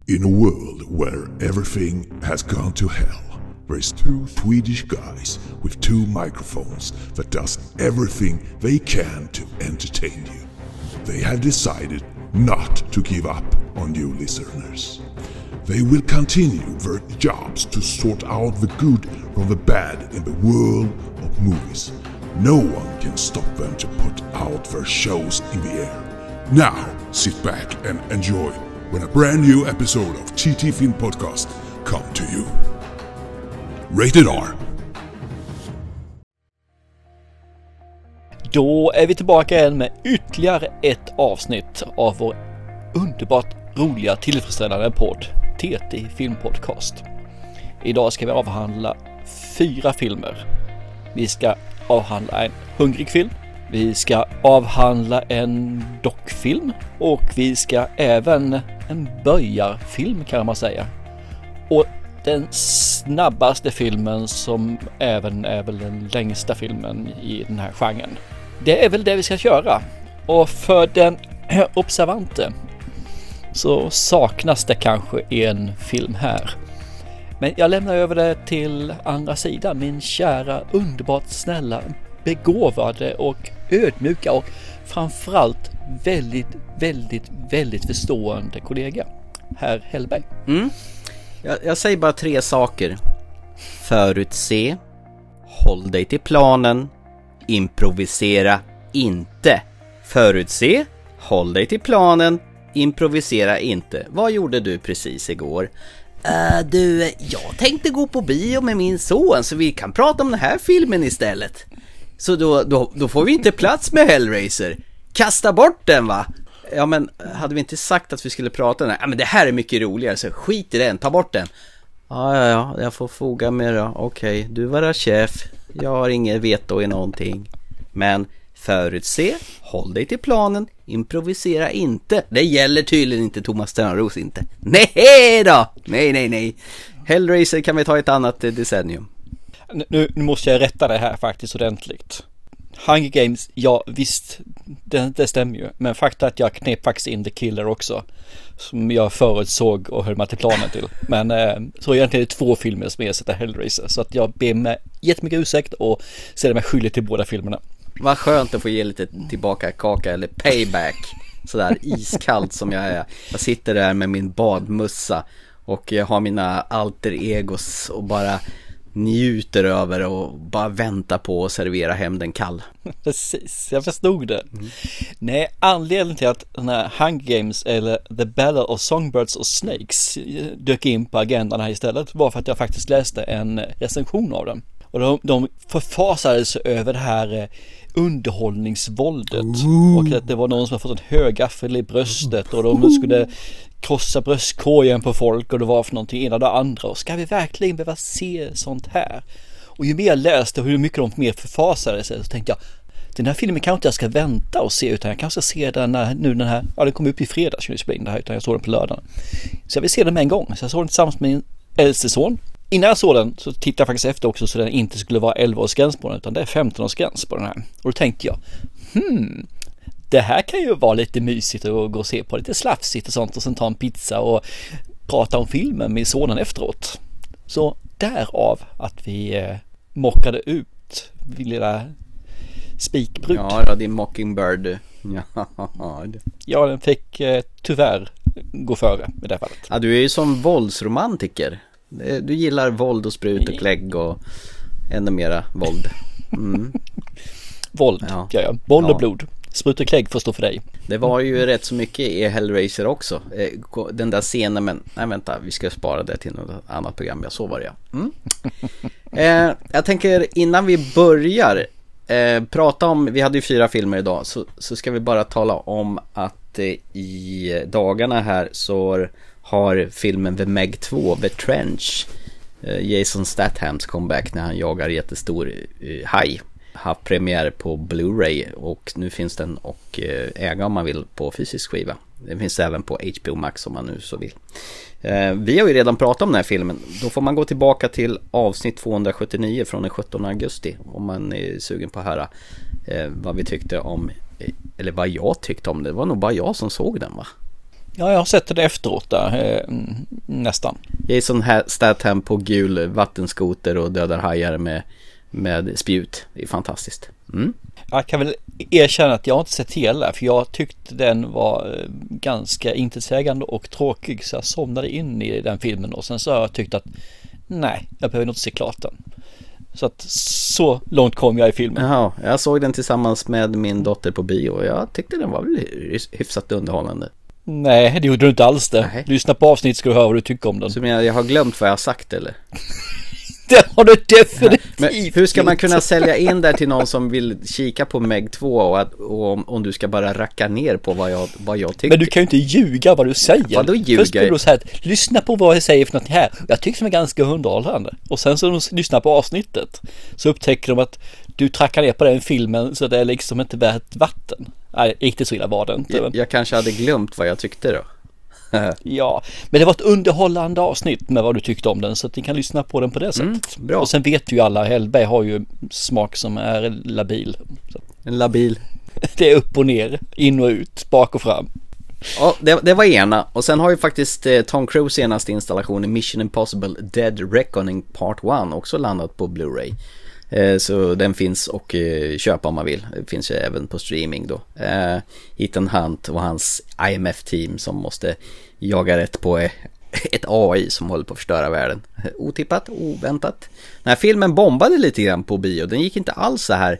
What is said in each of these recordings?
In a world where everything has gone to hell, there's two Swedish guys with two microphones that does everything they can to entertain you. They have decided not to give up on you listeners. They will continue their jobs to sort out the good from the bad in the world of movies. No one can stop them to put out their shows in the air. Now, sit back and enjoy when a brand new episode of TT Film Podcast come to you. Rated R. Då är vi tillbaka igen med ytterligare ett avsnitt av vår underbart roliga tillfredsställande podd TT Film Podcast. Idag ska vi avhandla 4 filmer. Vi ska avhandla en hungrig film. Vi ska avhandla en dockfilm och vi ska även en böjarfilm kan man säga. Och den snabbaste filmen som även är väl den längsta filmen i den här genren. Det är väl det vi ska köra. Och för den observante så saknas det kanske en film här. Men jag lämnar över det till andra sidan. Min kära, underbart snälla, begåvade och ödmjuka och framförallt väldigt förstående kollega, herr Hellberg. Jag säger bara 3 saker. Förutse, håll dig till planen, improvisera inte. Förutse, håll dig till planen, improvisera inte. Vad gjorde du precis igår? Jag tänkte gå på bio med min son så vi kan prata om den här filmen istället. Så då får vi inte plats med Hellraiser. Kasta bort den va? Ja men hade vi inte sagt att vi skulle prata om den? Ja men det här är mycket roligare så skit i den, ta bort den. Ja, jag får foga med då. Okej, du var chef. Jag har inget veto i någonting. Men förutse, håll dig till planen, improvisera inte. Det gäller tydligen inte Thomas Törnros inte. Nej då! Nej. Hellraiser kan vi ta ett annat decennium. Nu måste jag rätta det här faktiskt ordentligt. Hunger Games, ja visst, det stämmer ju. Men faktum att jag knep faktiskt in The Killer också. Som jag förutsåg och höll mig till planen till. Men så egentligen är det 2 filmer som ersätter Hellraiser. Så att jag ber med jättemycket ursäkt och ser mig skyldig till båda filmerna. Vad skönt att få ge lite tillbaka kaka eller payback. Sådär iskallt som jag är. Jag sitter där med min badmussa och jag har mina alter egos och bara njuter över och bara väntar på att servera hem den kall. Precis, jag förstod det. Nej, anledningen till att den här Hunger Games eller The Ballad of Songbirds och Snakes dök in på agendan här istället var för att jag faktiskt läste en recension av den. Och de förfasade sig över det här underhållningsvåldet. Och att det var någon som hade fått en högaffel i bröstet och de skulle krossa bröstkorgen på folk och det var för någonting ena det andra. Och ska vi verkligen behöva se sånt här? Och ju mer jag läste och hur mycket de mer förfasade sig så tänkte jag, den här filmen kanske inte jag ska vänta och se utan jag kanske ska se den när nu den här, den kom upp i fredags utan jag såg den på lördagen. Så jag vill se den med en gång. Så jag såg den tillsammans med min äldste son. Innan jag såg den så tittade jag faktiskt efter också så den inte skulle vara 11-årsgräns på den utan det är 15-årsgräns på den här. Och då tänkte jag, det här kan ju vara lite mysigt att gå och se på, lite slafsigt och sånt och sen ta en pizza och prata om filmen med sonen efteråt. Så därav att vi mockade ut vid lilla spikbrud. Ja, din Mockingbird. Ja, den fick tyvärr gå före i det här fallet. Ja, du är ju som våldsromantiker. Du gillar våld och sprut och klägg och ännu mera våld. Våld, ja. Våld och blod. Sprut och klägg får stå för dig. Det var ju rätt så mycket i Hellraiser också. Den där scenen, men nej vänta, vi ska spara det till något annat program. Jag så var det, ja. Jag tänker innan vi börjar prata om, vi hade ju 4 filmer idag, så ska vi bara tala om att i dagarna här så har filmen The Meg 2, The Trench, Jason Stathams comeback när han jagar jättestor haj, haft premiär på Blu-ray och nu finns den och äga om man vill på fysisk skiva. Den finns även på HBO Max om man nu så vill. Vi har ju redan pratat om den här filmen. Då får man gå tillbaka till avsnitt 279 från den 17 augusti om man är sugen på att höra vad vi tyckte om, eller vad jag tyckte om det. Det var nog bara jag som såg den, va? Ja, jag har sett det efteråt där, nästan. Jason Statham på gul vattenskoter och dödar hajar med spjut. Det är fantastiskt. Jag kan väl erkänna att jag inte sett hela, för jag tyckte den var ganska intetsägande och tråkig, så jag somnade in i den filmen och sen så har jag tyckt att nej, jag behöver nog se klart den. Så långt kom jag i filmen. Jaha, jag såg den tillsammans med min dotter på bio och jag tyckte den var väl hyfsat underhållande. Nej, det gjorde du inte alls det. Nej. Lyssna på avsnitt ska du höra vad du tycker om den. Så jag har glömt vad jag har sagt eller? Det har du definitivt. Men hur ska man kunna sälja in där till någon som vill kika på Meg 2 och om du ska bara racka ner på vad jag tycker? Men du kan ju inte ljuga vad du säger. Vadå ljuga? Först skulle du säga att lyssna på vad jag säger för något här. Jag tycker det är ganska underhållande. Och sen så de lyssnar på avsnittet så upptäcker de att du trackar ner på den filmen så det är liksom inte värt vatten. Nej, riktigt så illa var det inte. Jag kanske hade glömt vad jag tyckte då. Ja, men det var ett underhållande avsnitt med vad du tyckte om den, så att ni kan lyssna på den på det sättet. Bra. Och sen vet ju alla, Hellberg har ju smak som är labil. Så En labil. det är upp och ner, in och ut, bak och fram. Ja, det var ena. Och sen har ju faktiskt Tom Cruise senaste installation i Mission Impossible Dead Reckoning Part 1 också landat på Blu-ray. Så den finns och köpa om man vill. Det finns ju även på streaming då. Ethan Hunt och hans IMF-team som måste jaga rätt på ett AI som håller på att förstöra världen. Otippat, oväntat. Den här filmen bombade lite grann på bio. Den gick inte alls så här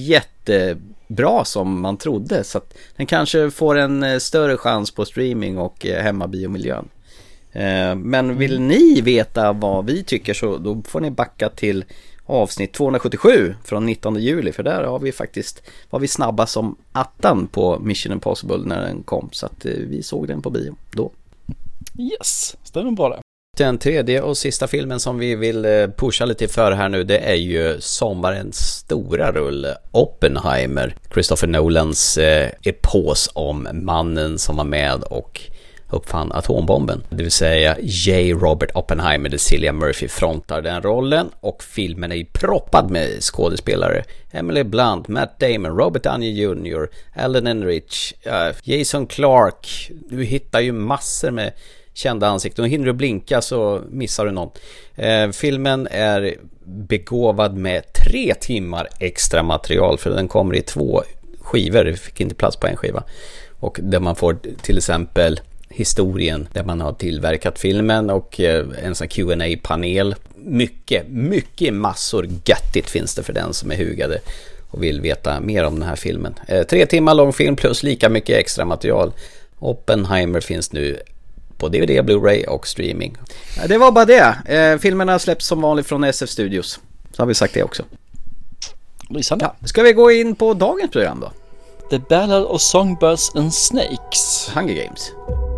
jättebra som man trodde. Så att den kanske får en större chans på streaming och hemmabiomiljön. Men vill ni veta vad vi tycker så då får ni backa till avsnitt 277 från 19 juli, för där var vi snabba som attan på Mission Impossible när den kom, så att vi såg den på bio då. Yes, stämmer bra det. Den tredje och sista filmen som vi vill pusha lite för här nu, det är ju sommarens stora rulle Oppenheimer, Christopher Nolans epos om mannen som var med och uppfann atombomben. Det vill säga J. Robert Oppenheimer, där Cillian Murphy frontar den rollen, och filmen är ju proppad med skådespelare. Emily Blunt, Matt Damon, Robert Downey Jr., Alan Enrich, Jason Clarke. Du hittar ju massor med kända ansikten, och hinner du blinka så missar du någon. Filmen är begåvad med 3 timmar extra material, för den kommer i 2 skivor. Det fick inte plats på en skiva. Och där man får till exempel historien där man har tillverkat filmen och en sån Q&A-panel. Mycket massor göttigt finns det för den som är hugade och vill veta mer om den här filmen. 3 timmar lång film plus lika mycket extra material. Oppenheimer finns nu på DVD, Blu-ray och streaming. Det var bara det. Filmerna släpps som vanligt från SF Studios. Så har vi sagt det också. Lysande. Ja, ska vi gå in på dagens program då? The Ballad of Songbirds and Snakes. Hunger Games.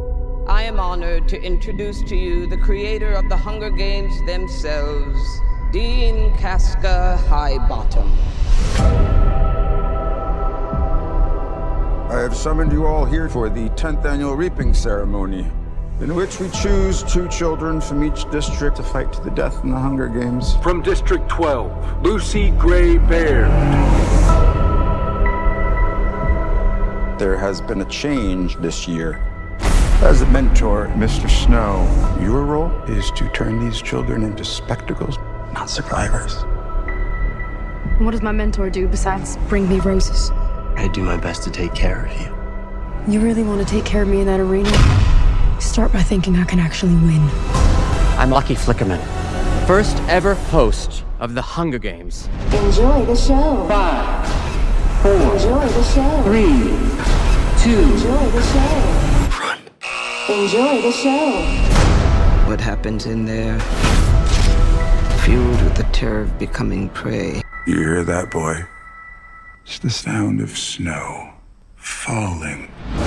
I am honored to introduce to you the creator of the Hunger Games themselves, Dean Casca Highbottom. I have summoned you all here for the 10th annual reaping ceremony, in which we choose 2 children from each district to fight to the death in the Hunger Games. From District 12, Lucy Gray Baird. There has been a change this year. As a mentor, Mr. Snow, your role is to turn these children into spectacles, not survivors. And what does my mentor do besides bring me roses? I do my best to take care of you. You really want to take care of me in that arena? Start by thinking I can actually win. I'm Lucky Flickerman, first ever host of the Hunger Games. Enjoy the show. 5, 4, Enjoy the show. 3, 2, Enjoy the show. Enjoy the show. What happens in there, fueled with the terror of becoming prey. You hear that, boy? It's the sound of snow falling.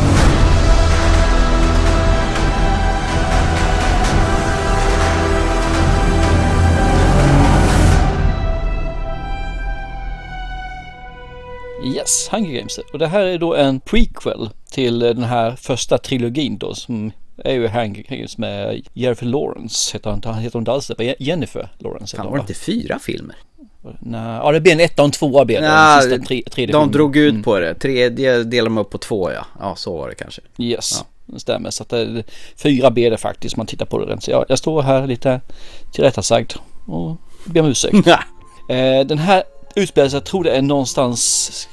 Yes, Hunger Games. Och det här är då en prequel till den här första trilogin då, som är ju Hunger Games med Jennifer Lawrence. Heter hon inte alls det? Jennifer Lawrence. Fan, var det inte 4 filmer? Nej, ja, det blir en 1 och en 2 blir det. Ja, den sista tredje de filmen. drog ut på det. 3 delar de upp på 2, ja. Ja, så var det kanske. Yes. Det stämmer, så att 4B är det faktiskt, man tittar på det. Så jag står här lite tillrättasagd och ber om ursäkt. Den här utspelar sig, jag tror det är någonstans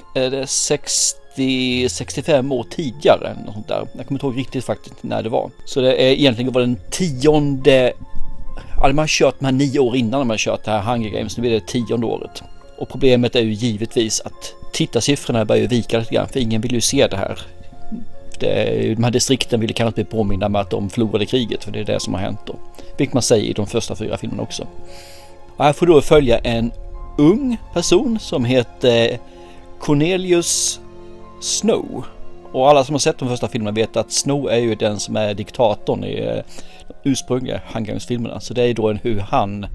60-65 år tidigare. Något sånt där. Jag kommer inte ihåg riktigt faktiskt när det var. Så det är egentligen var den 10:e. Ja, man har kört de här 9 år innan man har kört det här Hunger Games. Nu är det 10:e året. Och problemet är ju givetvis att tittarsiffrorna börjar vika lite grann, för ingen vill ju se det här. De här distrikten vill kanske inte påminna med att de förlorade kriget, för det är det som har hänt då. Vilket man säger i de första 4 filmerna också. Och här får då följa en ung person som heter Cornelius Snow. Och alla som har sett de första filmerna vet att Snow är ju den som är diktatorn i ursprungliga Hunger Games-filmerna. Så det är då hur han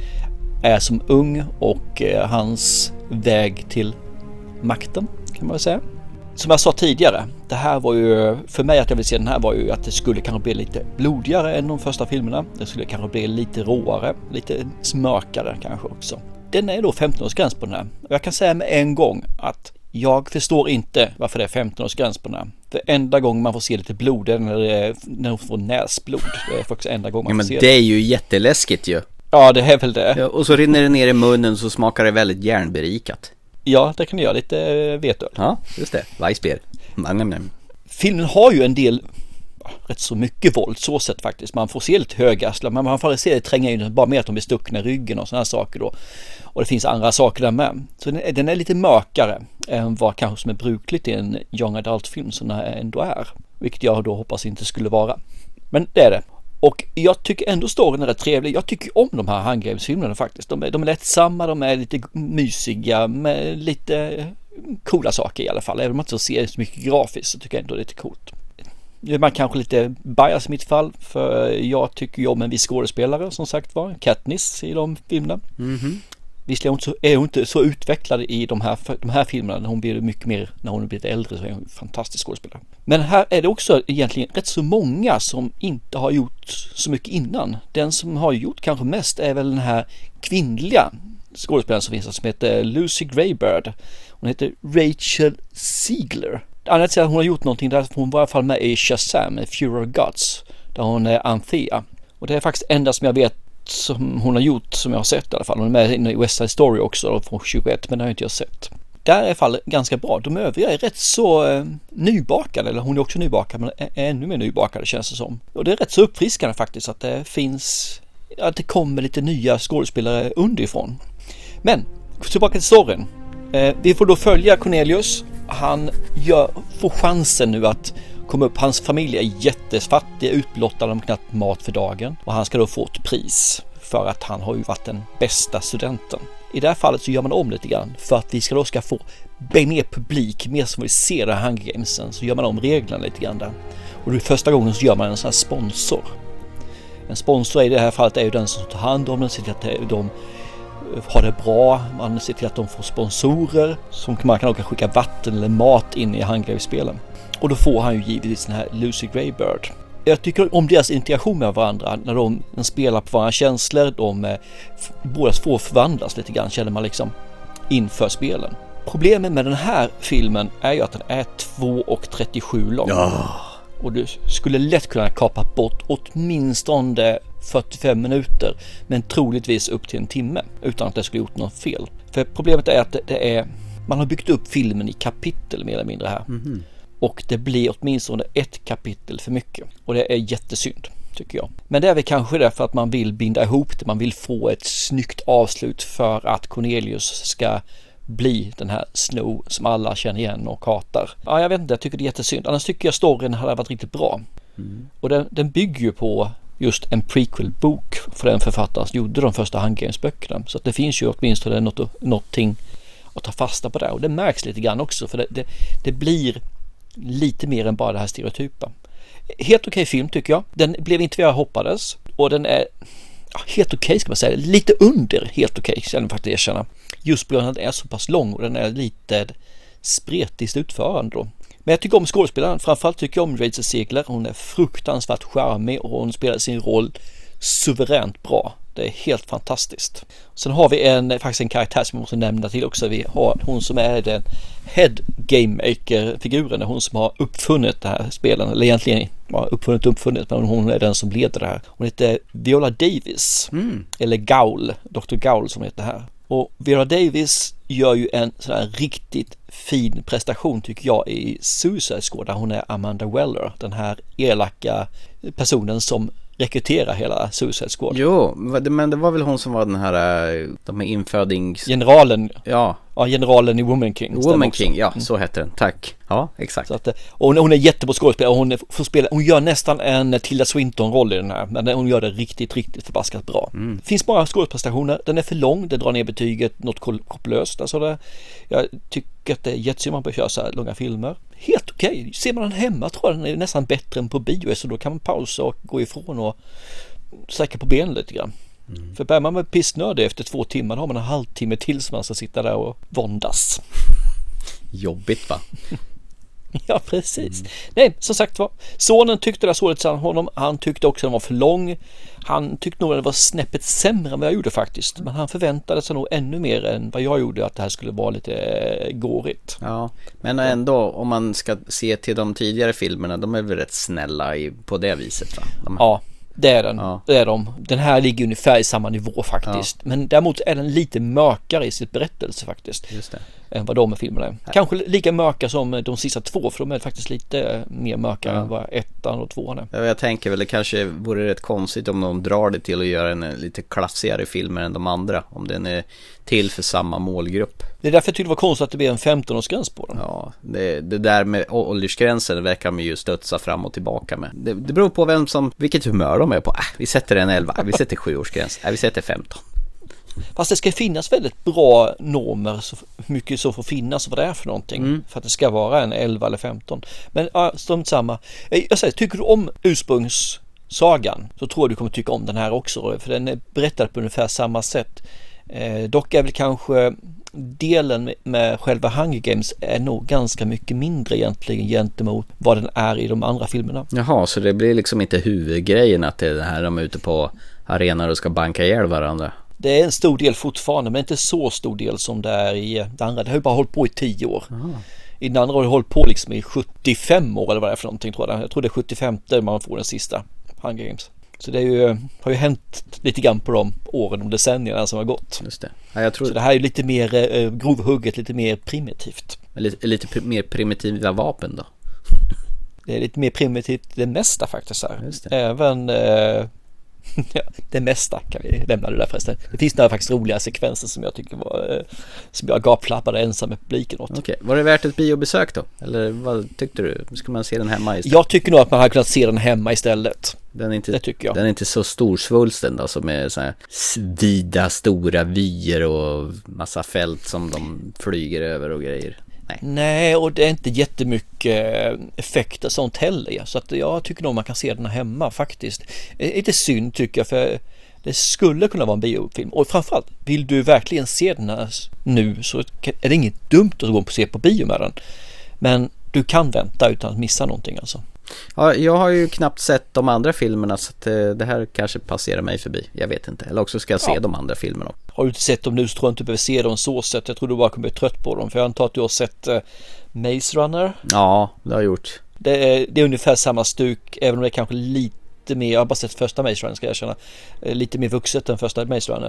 är som ung och hans väg till makten, kan man väl säga. Som jag sa tidigare, det här var ju, för mig att jag vill se den här var ju att det skulle kanske bli lite blodigare än de första filmerna. Det skulle kanske bli lite råare, lite mörkare kanske också. Den är då 15-årsgräns på den här. Och jag kan säga med en gång att jag förstår inte varför det är 15-årsgräns på den här. För enda gången man får se lite blod är när de får näsblod. Det är faktiskt enda gången man får se det. Men det är ju jätteläskigt ju. Ja, det är väl det. Ja, och så rinner det ner i munnen, så smakar det väldigt järnberikat. Ja, det kan du göra, lite vetöl. Ja, just det. Weissbier. Filmen har ju en del, rätt så mycket våld så sett faktiskt. Man får se lite högarslar, men man får se det tränga in bara med att de blir stuckna i ryggen och sådana här saker då. Och det finns andra saker där med. Så den är lite mörkare än vad kanske som är brukligt i en young adult-film som den ändå är. Vilket jag då hoppas inte skulle vara. Men det är det. Och jag tycker ändå storyn är rätt trevlig. Jag tycker om de här Hunger Games-filmerna faktiskt. De är lättsamma, de är lite mysiga med lite coola saker i alla fall. Även om man inte ser så mycket grafiskt så tycker jag ändå det är lite coolt. Nu är man kanske lite bias i mitt fall, för jag tycker ju om en viss skådespelare som sagt var, Katniss i de filmerna. Visserligen är hon inte så utvecklad i de här filmerna. Hon blir mycket mer när hon blir äldre, så är hon en fantastisk skådespelare. Men här är det också egentligen rätt så många som inte har gjort så mycket innan. Den som har gjort kanske mest är väl den här kvinnliga skådespelaren som finns, som heter Lucy Greybird. Hon heter Rachel Ziegler. Annars säger att hon har gjort någonting där, hon var i alla fall med i Shazam, Fury of Gods, där hon är Anthea. Och det är faktiskt enda som jag vet som hon har gjort, som jag har sett i alla fall. Hon är med i West Side Story också från 21, men det har inte jag sett. Där är i alla fall ganska bra. De övriga är rätt så nybakade, eller hon är också nybakad, men är ännu mer nybakade känns det som. Och det är rätt så uppfriskande faktiskt att det finns, att det kommer lite nya skådespelare underifrån. Men tillbaka till storyn. Vi får då följa Cornelius. Han får chansen nu att komma upp. Hans familj är jättefattig, utblottad, de knappt mat för dagen. Och han ska då få ett pris för att han har ju varit den bästa studenten. I det här fallet så gör man om lite grann för att vi ska få mer publik, mer som vi ser det här Hunger Gamesen, så gör man om reglerna lite grann där. Och det första gången så gör man en sån här sponsor. En sponsor i det här fallet är ju den som tar hand om den, ser till att de har det bra, man ser till att de får sponsorer som man kan skicka vatten eller mat in i Hunger Games-spelen. Och då får han ju givetvis den här Lucy Greybird. Jag tycker om deras interaktion med varandra när de spelar på varandra känslor, båda får förvandlas lite grann, känner man liksom inför spelen. Problemet med den här filmen är ju att den är 2:37 lång. Ja. Och du skulle lätt kunna kapa bort åtminstone 45 minuter, men troligtvis upp till en timme utan att det skulle gjort något fel. För problemet är att man har byggt upp filmen i kapitel mer eller mindre här. Och det blir åtminstone ett kapitel för mycket. Och det är jättesynd, tycker jag. Men det är väl kanske därför att man vill binda ihop det. Man vill få ett snyggt avslut för att Cornelius ska bli den här Snow som alla känner igen och hatar. Ja, jag vet inte, jag tycker det är jättesynd. Annars tycker jag storyn hade varit riktigt bra. Och den bygger ju på just en prequel-bok för den författaren som gjorde de första Hunger Games-böckerna. Så att det finns ju åtminstone någonting att ta fasta på där. Och det märks lite grann också, för det blir lite mer än bara det här stereotypa. Helt okej film tycker jag. Den blev inte vad jag hoppades. Och den är helt okej ska man säga. Lite under helt okej, ska jag faktiskt erkänna. Just på grund av att den är så pass lång och den är lite spretigt utförande då. Men jag tycker om skådespelaren. Framförallt tycker jag om Rachel Ziegler. Hon är fruktansvärt charmig och hon spelar sin roll suveränt bra. Det är helt fantastiskt. Sen har vi faktiskt en karaktär som vi måste nämna till också. Vi har hon som är den head game maker-figuren, hon som har uppfunnit det här spelen, eller egentligen uppfunnit, men hon är den som leder det här. Hon heter Viola Davis, eller Gaul, Dr. Gaul som heter här. Och Viola Davis gör ju en sån här riktigt fin prestation tycker jag i Suicide Squad, där hon är Amanda Weller, den här elaka personen som rekryterar hela Suicide Squad. Jo, men det var väl hon som var den här de här infödings... Generalen. Ja, generalen i Woman King. Woman King, ja, så heter den. Tack. Ja, exakt. Så att, och hon är jättebra skådespelare och hon gör nästan en Tilda Swinton-roll i den här, men hon gör det riktigt, riktigt förbaskat bra. Det finns bara skådesprestationer, den är för lång, det drar ner betyget något koplöst. Alltså jag tycker att det är jättesynd man bör köra så här långa filmer. Helt okej. Ser man den hemma tror jag den är nästan bättre än på bio, så då kan man pausa och gå ifrån och sträcka på benen lite grann. För börjar man med pissnödig efter 2 timmar, då har man en halvtimme till som man ska sitta där och våndas. Jobbigt va? Ja, precis. Nej, som sagt var, sonen tyckte det så lite sann honom. Han tyckte också den var för lång. Han tyckte nog att det var snäppet sämre än vad jag gjorde faktiskt. Men han förväntade sig nog ännu mer än vad jag gjorde, att det här skulle vara lite gårigt. Ja, men ändå om man ska se till de tidigare filmerna, de är väl rätt snälla på det viset va? Ja, det är den. Ja. Det är de. Den här ligger ungefär i samma nivå faktiskt. Ja. Men däremot är den lite mörkare i sitt berättelse faktiskt. Just det. Än vad de filmerna är. Kanske lika mörka som de sista 2, för de är faktiskt lite mer mörka än vad 1:an och 2:an är. Ja, jag tänker väl det kanske vore rätt konstigt om de drar det till att göra en lite klassigare filmer än de andra, om den är till för samma målgrupp. Det är därför jag tyckte det var konstigt att det blev en 15-årsgräns på den. Ja, det där med åldersgränsen verkar man ju stötsa fram och tillbaka med. Det beror på vilket humör de är på. Vi sätter en 11, vi sätter 7-årsgräns, vi sätter 15. Fast det ska finnas väldigt bra normer, så mycket så får finnas vad det är för någonting, för att det ska vara en 11 eller 15. Men strunt samma. Jag säger, tycker du om ursprungssagan så tror jag du kommer tycka om den här också, för den är berättad på ungefär samma sätt. Dock är väl kanske delen med själva Hunger Games är nog ganska mycket mindre egentligen gentemot vad den är i de andra filmerna. Jaha, så det blir liksom inte huvudgrejen att det är det här de är ute på arenor och ska banka ihjäl varandra? Det är en stor del fortfarande, men inte så stor del som det är i det andra. Det har ju bara hållit på i 10 år. I den andra har det hållit på liksom i 75 år eller vad det är för någonting, tror jag. Jag tror det är 75 där man får den sista Hunger Games. Så det har ju hänt lite grann på de åren och decennierna som har gått. Just det. Ja, jag tror... Så det här är lite mer grovhugget, lite mer primitivt. Lite mer primitiva vapen då? Det är lite mer primitivt det mesta faktiskt här. Just det. Även... Ja, det mesta kan vi lämna det där förresten. Det finns några faktiskt roliga sekvenser som jag tycker var som jag gapflappade ensam med publiken åt. Okej, var det värt ett biobesök då? Eller vad tyckte du? Ska man se den hemma istället? Jag tycker nog att man hade kunnat se den hemma istället. Det tycker jag. Den är inte så storsvulsten då, som är så här vida stora vyer och massa fält som de flyger över och grejer. Nej, och det är inte jättemycket effekter sånt heller. Så att jag tycker nog man kan se den hemma faktiskt. Lite synd tycker jag, för det skulle kunna vara en biofilm. Och framförallt, vill du verkligen se den här nu så är det inget dumt att gå och se på bio med den. Men du kan vänta utan att missa någonting alltså. Ja, jag har ju knappt sett de andra filmerna, så att det här kanske passerar mig förbi. Jag vet inte. Eller också ska jag se de andra filmerna. Har du inte sett dem nu så tror jag inte du behöver se dem så sätt. Jag tror du bara kommer bli trött på dem. För jag antar att du har sett Maze Runner. Ja, det har jag gjort. Det är ungefär samma stuk, även om det är kanske lite mer, jag har bara sett första Maze Runner ska jag känna. Lite mer vuxet än första Maze Runner.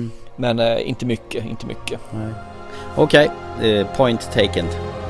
Men inte mycket. Okej, point taken.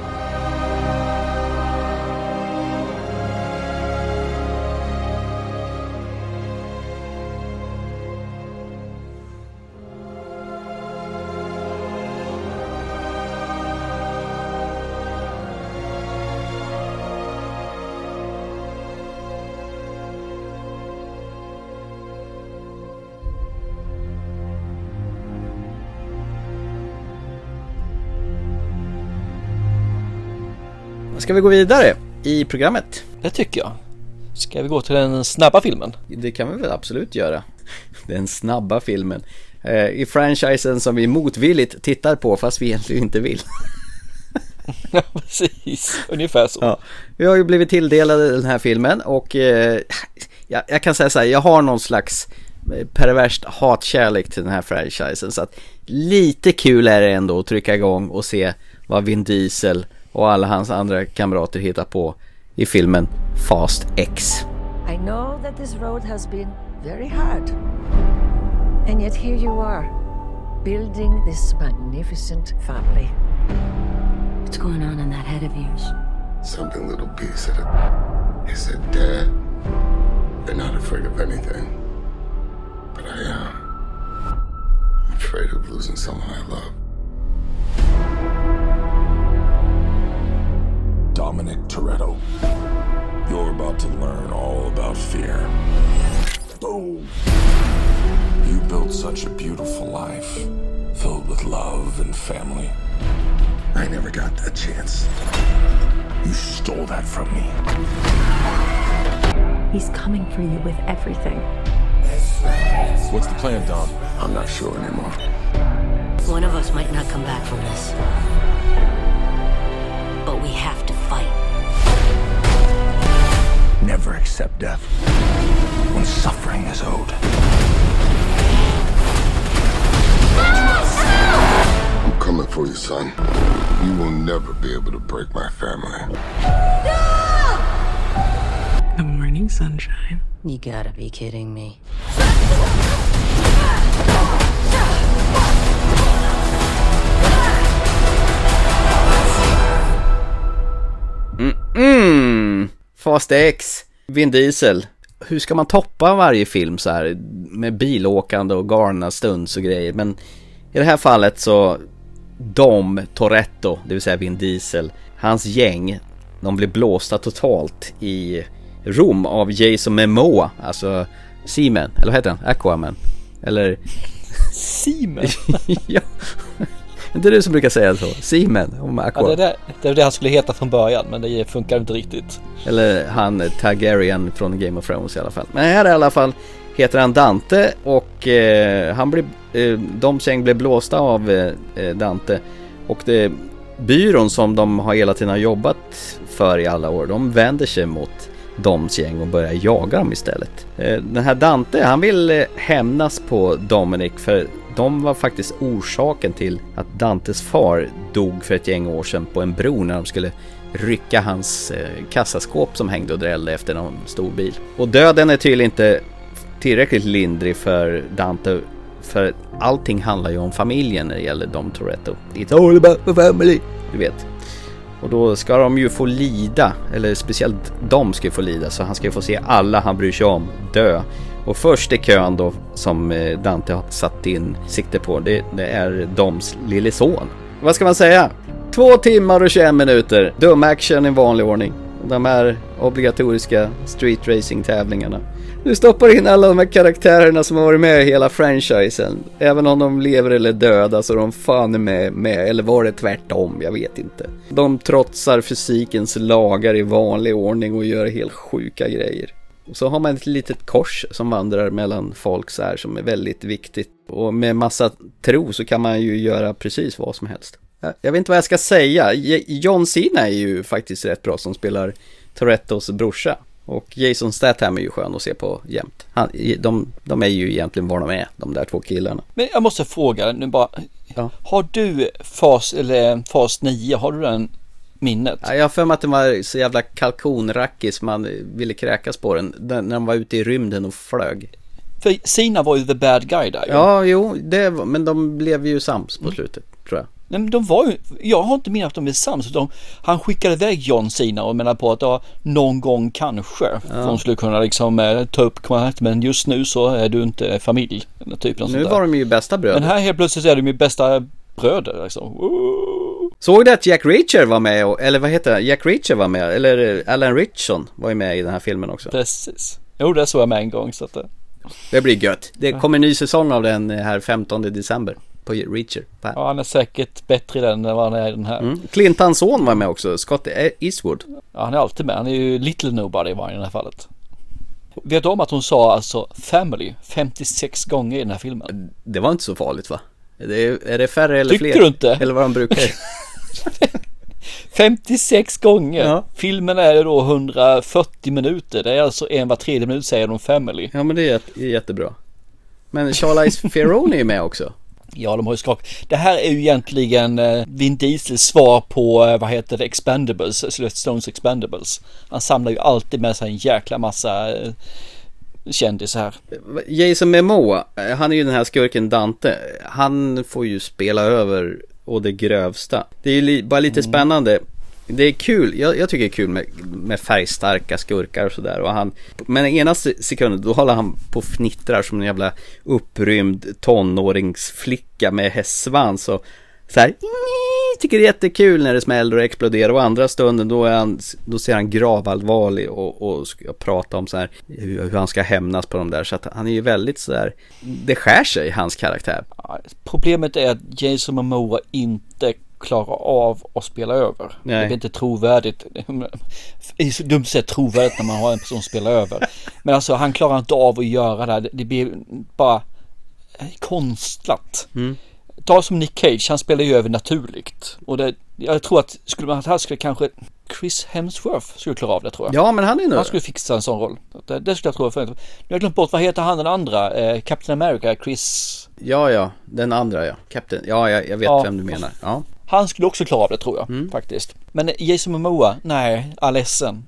Ska vi gå vidare i programmet? Det tycker jag. Ska vi gå till den snabba filmen? Det kan vi väl absolut göra. Den snabba filmen. I franchisen som vi motvilligt tittar på fast vi egentligen inte vill. Ja, precis. Ungefär så. Ja. Vi har ju blivit tilldelade den här filmen och jag kan säga så här, jag har någon slags perverst hatkärlek till den här franchisen, så att lite kul är det ändå att trycka igång och se vad Vin Diesel och alla hans andra kamrater hittar på i filmen Fast X. I know that this road has been very hard. And yet here you are, building this magnificent family. What's going on in that head of yours? Something little piece of it. He said, Dad, you're not afraid of anything. But I am. I'm afraid of losing someone I love. Dominic Toretto, you're about to learn all about fear. Boom! You built such a beautiful life, filled with love and family. I never got that chance. You stole that from me. He's coming for you with everything. What's the plan, Dom? I'm not sure anymore. One of us might not come back from this. But we have to fight. Never accept death when suffering is owed. I'm coming for you, son. You will never be able to break my family. Good morning, sunshine. You gotta be kidding me. Fast X, Vin Diesel. Hur ska man toppa varje film så här med bilåkande och galna stunds och grejer? Men i det här fallet så Dom Toretto, det vill säga Vin Diesel, hans gäng, de blir blåsta totalt i Rom av Jason Momoa, alltså Seaman, eller vad heter han? Aquaman, eller Seaman? Ja, det är du som brukar säga så, Seaman om Aquaman. Ja, det är det han skulle heta från början, men det funkar inte riktigt. Eller han Targaryen från Game of Thrones i alla fall. Men här i alla fall heter han Dante, och han blir, de gäng blir blåsta av Dante, och det byrån som de har hela tiden jobbat för i alla år, de vänder sig mot Doms gäng och börjar jaga dem istället. Den här Dante, han vill hämnas på Dominic, för de var faktiskt orsaken till att Dantes far dog för ett gäng år sedan på en bro när de skulle rycka hans kassaskåp som hängde och drällde efter någon stor bil. Och döden är tydligen inte tillräckligt lindrig för Dante, för allting handlar ju om familjen när det gäller Dom Toretto. It's all about the family, du vet. Och då ska de ju få lida, eller speciellt de ska få lida, så han ska få se alla han bryr sig om dö. Och först i kön då, som Dante har satt in sikte på, det är Doms lille son. Vad ska man säga? 2 timmar och 21 minuter. Dum action i vanlig ordning. De här obligatoriska street racing tävlingarna. Du stoppar in alla de här karaktärerna som har varit med i hela franchisen. Även om de lever eller döda så de fan är med. Eller var det tvärtom? Jag vet inte. De trotsar fysikens lagar i vanlig ordning och gör helt sjuka grejer. Och så har man ett litet kors som vandrar mellan folk så här, som är väldigt viktigt. Och med massa tro så kan man ju göra precis vad som helst. Jag vet inte vad jag ska säga. John Cena är ju faktiskt rätt bra som spelar Torettos brorsa. Och Jason Statham är ju skön att se på jämt. De är ju egentligen vad de är, de där 2 killarna. Men jag måste fråga nu bara. Ja. Har du Fast 9, har du den minnet? Ja, jag har för mig att det var så jävla kalkonrackis man ville kräkas på den när de var ute i rymden och flög. För Cena var ju the bad guy där. Ja, jo, men de blev ju sams på slutet, tror jag. Men de var ju, jag har inte menat att de är sams. Han skickade iväg John Cena och menade på att någon gång kanske de skulle kunna liksom ta upp kontakt, men just nu så är du inte familj. Typ nu var de ju bästa bröder. Men här helt plötsligt är de ju bästa bröder liksom. Såg du att Jack Reacher var med, eller vad heter det? Jack Reacher var med, eller Alan Ritchson var ju med i den här filmen också. Precis. Jo, det såg jag med en gång så att det blir gött. Det kommer en ny säsong av den här 15 december på Reacher. Ja, han är säkert bättre i den än vad han är i den här. Clintons son var med också, Scott Eastwood. Ja, han är alltid med. Han är ju little nobody var i det här fallet. Vet du om att hon sa alltså family 56 gånger i den här filmen? Det var inte så farligt, va? Är det färre eller tycker fler? Tycker du inte? Eller vad de brukar. 56 gånger. Ja. Filmen är då 140 minuter. Det är alltså 1/3 minut säger de family. Ja, men det är jättebra. Men Charlize Theron är ju med också. Ja, de har ju det här är ju egentligen Vin Diesels svar på, Expendables, Sylvester Stones Expendables. Han samlar ju alltid med sig en jäkla massa kändisar här. Jason Momoa, han är ju den här skurken Dante. Han får ju spela över och det grövsta. Det är ju bara lite spännande. Det är kul, jag tycker det är kul med färgstarka skurkar och sådär. Men ena sekunden då håller han på fnittrar som en jävla upprymd tonåringsflicka med hästsvans och så här, tycker det är jättekul när det smäller och exploderar. Och andra stunden då ser han gravallvarlig och ska prata om så här hur han ska hämnas på dem där. Så att han är ju väldigt så där, det skär sig i hans karaktär. Problemet är att Jason Momoa inte klarar av att spela över. Nej. Det blir inte trovärdigt. Det är så dumt att säga trovärdigt när man har en person som spelar över. Men alltså han klarar inte av att göra det. Det blir bara konstlat. Ta som Nick Cage, han spelar ju över naturligt. Och jag tror att skulle kanske Chris Hemsworth skulle klara av det, tror jag. Ja, men han är nu. Han skulle fixa en sån roll. Det skulle jag tro. Nu har jag glömt bort, vad heter han den andra? Captain America, Chris... Ja, den andra, ja. Captain. Ja, jag vet vem du menar. Ja. Han skulle också klara av det, tror jag, faktiskt. Men Jason Momoa, nej, ledsen.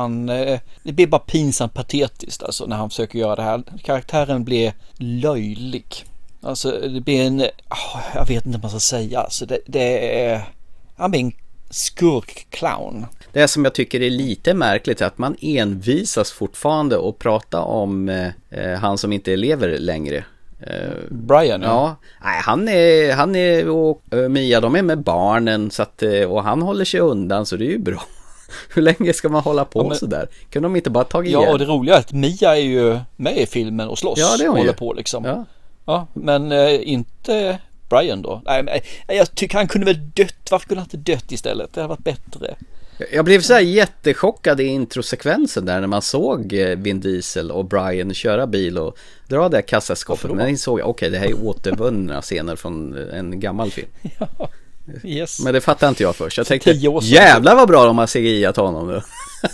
Det blir bara pinsamt patetiskt alltså, när han försöker göra det här. Karaktären blir löjlig. Alltså det blir jag vet inte vad man ska säga. Alltså det är en skurk-clown. Det som jag tycker är lite märkligt är att man envisas fortfarande och prata om han som inte lever längre. Brian, ja. Nej, han är och Mia, de är med barnen så att, och han håller sig undan, så det är ju bra. Hur länge ska man hålla på så där? Kunde de inte bara tagit igen? Ja, och det roliga är att Mia är ju med i filmen och slåss. Ja, det håller ju på liksom. Ja, men inte Brian då. Nej, jag tycker han kunde väl dött. Varför kunde han inte dött istället? Det hade varit bättre. Jag blev så här jättechockad i introsekvensen där när man såg Vin Diesel och Brian köra bil och dra det här kassaskåpet. Men jag såg okej, det här är återvunna scener från en gammal film. Ja, yes. Men det fattade inte jag först. Jag tänkte, jävlar vad bra de har CGI-at honom nu.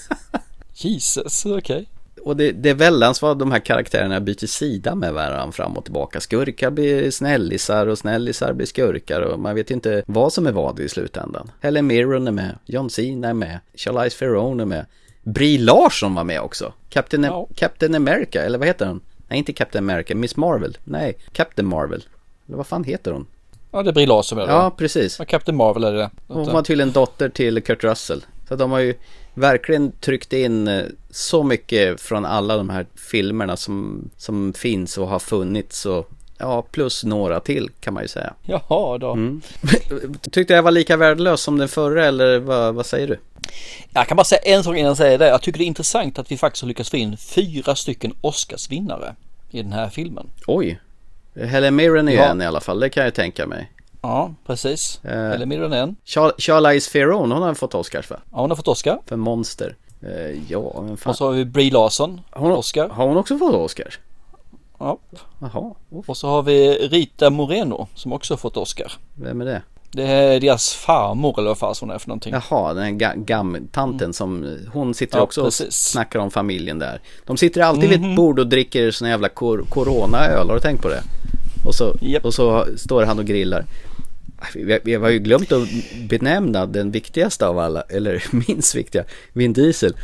Jesus, okej. Och det är väldans vad de här karaktärerna byter sida med varandra fram och tillbaka. Skurkar blir snällisar och snällisar blir skurkar och man vet inte vad som är vad i slutändan. Helen Mirren är med, John Cena är med, Charlize Theron är med, Brie Larson var med också. Captain America, eller vad heter hon? Nej, inte Captain America, Miss Marvel. Nej, Captain Marvel. Eller vad fan heter hon? Ja, det är Brie Larson. Ja, precis. Ja, Captain Marvel är det. Hon var tydligen dotter till Kurt Russell. Så de har ju verkligen tryckt in så mycket från alla de här filmerna som finns och har funnits och plus några till kan man ju säga. Jaha då. Tyckte jag var lika värdelös som den förra, eller vad säger du? Jag kan bara säga en sak innan jag säger det. Jag tycker det är intressant att vi faktiskt har lyckats få in 4 stycken Oscarsvinnare i den här filmen. Oj. Helen Mirren är ju en i alla fall, det kan jag tänka mig. Ja, precis. Helen Mirren är en. Charlize Theron, hon har fått Oscars för. Ja, hon har fått Oscar. För Monster. Ja, men fan. Och så har vi Brie Larson, Oscar. Har hon också fått Oscar? Ja. Jaha. Och så har vi Rita Moreno som också har fått Oscar. Vem är det? Det är deras farmor eller vad fan hon är för någonting. Jaha, den tanten som hon sitter också och snackar om familjen där. De sitter alltid vid ett bord och dricker såna jävla coronaöl, har du tänkt på det? Och så står han och grillar. Vi har ju glömt att benämna den viktigaste av alla, eller minst viktiga, Vin Diesel.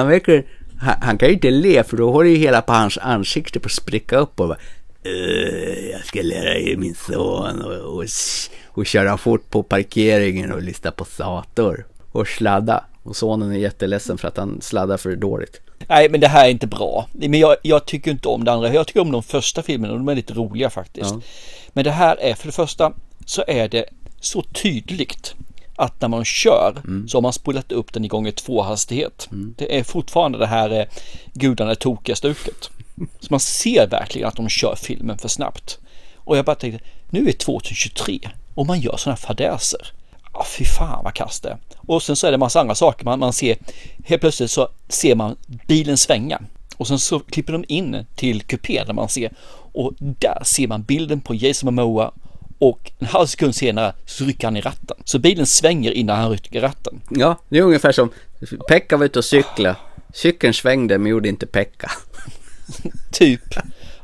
Han kan ju inte le, för då håller ju hela på hans ansikte på att spricka upp och bara, jag ska lära er min son och köra fort på parkeringen och lyssna på sator och sladda. Och sonen är jätteledsen för att han sladdar för dåligt. Nej, men det här är inte bra. Men jag tycker inte om det andra. Jag tycker om de första filmerna och de är lite roliga faktiskt. Ja. Men det här är, för det första så är det så tydligt att när man kör så har man spolat upp den i gånger 2 hastighet. Det är fortfarande det här gudarna tokiga stuket. Så man ser verkligen att de kör filmen för snabbt. Och jag bara tänkte, nu är 2023 och man gör sådana fadäser. Fy fan vad kast det. Och sen så är det en massa andra saker. Man ser, helt plötsligt så ser man bilen svänga. Och sen så klipper de in till kupén där man ser. Och där ser man bilden på Jason Momoa. Och en halv sekund senare så rycker han i ratten. Så bilen svänger innan han rycker i ratten. Ja, det är ungefär som Pekka var ute och cykla. Cykeln svängde men gjorde inte Pekka. Typ.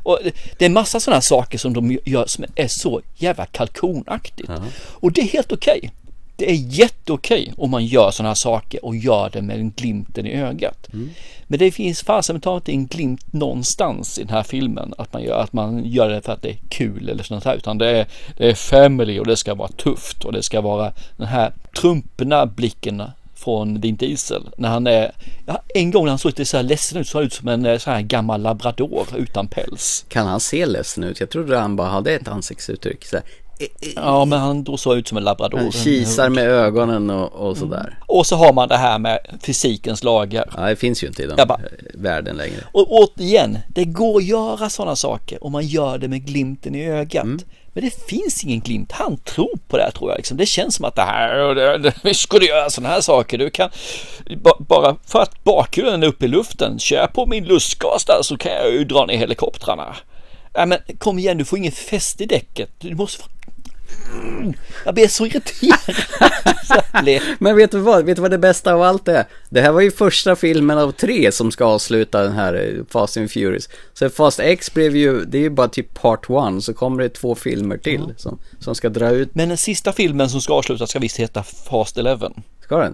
Och det är massa sådana saker som de gör som är så jävla kalkonaktigt. Och det är helt okej. Det är jätteokej om man gör sådana här saker och gör det med en glimten i ögat. Men det finns fasen inte en glimt någonstans i den här filmen att man gör det för att det är kul eller sånt här, utan det är family och det ska vara tufft och det ska vara den här trumpna blicken från Vin Diesel när han är, en gång när han såg lite så här ledsen ut, så ut som en så här gammal labrador utan päls. Kan han se ledsen ut? Jag trodde han bara hade ett ansiktsuttryck så här. Ja, men han då såg ut som en labrador. Han kisar med ögonen och sådär. Och så har man det här med fysikens lagar. Ja, det finns ju inte i den världen längre. Och återigen, det går att göra sådana saker och man gör det med glimten i ögat. Men det finns ingen glimt. Han tror på det här, tror jag. Liksom. Det känns som att vi skulle göra sådana här saker. Du kan bara för att bakgrunden är uppe i luften, kör på min lustgas där så kan jag ju dra ner helikoptrarna. Nej, men kom igen, du får ingen fäst i däcket. Du måste jag blir så irriterad. Men vet du vad det bästa av allt är? Det här var ju första filmen av 3 som ska avsluta den här Fast and Furious. Så Fast X blev ju, det är ju bara typ part 1, så kommer det 2 filmer till som ska dra ut. Men den sista filmen som ska avslutas ska visst heta Fast 11. Ska den?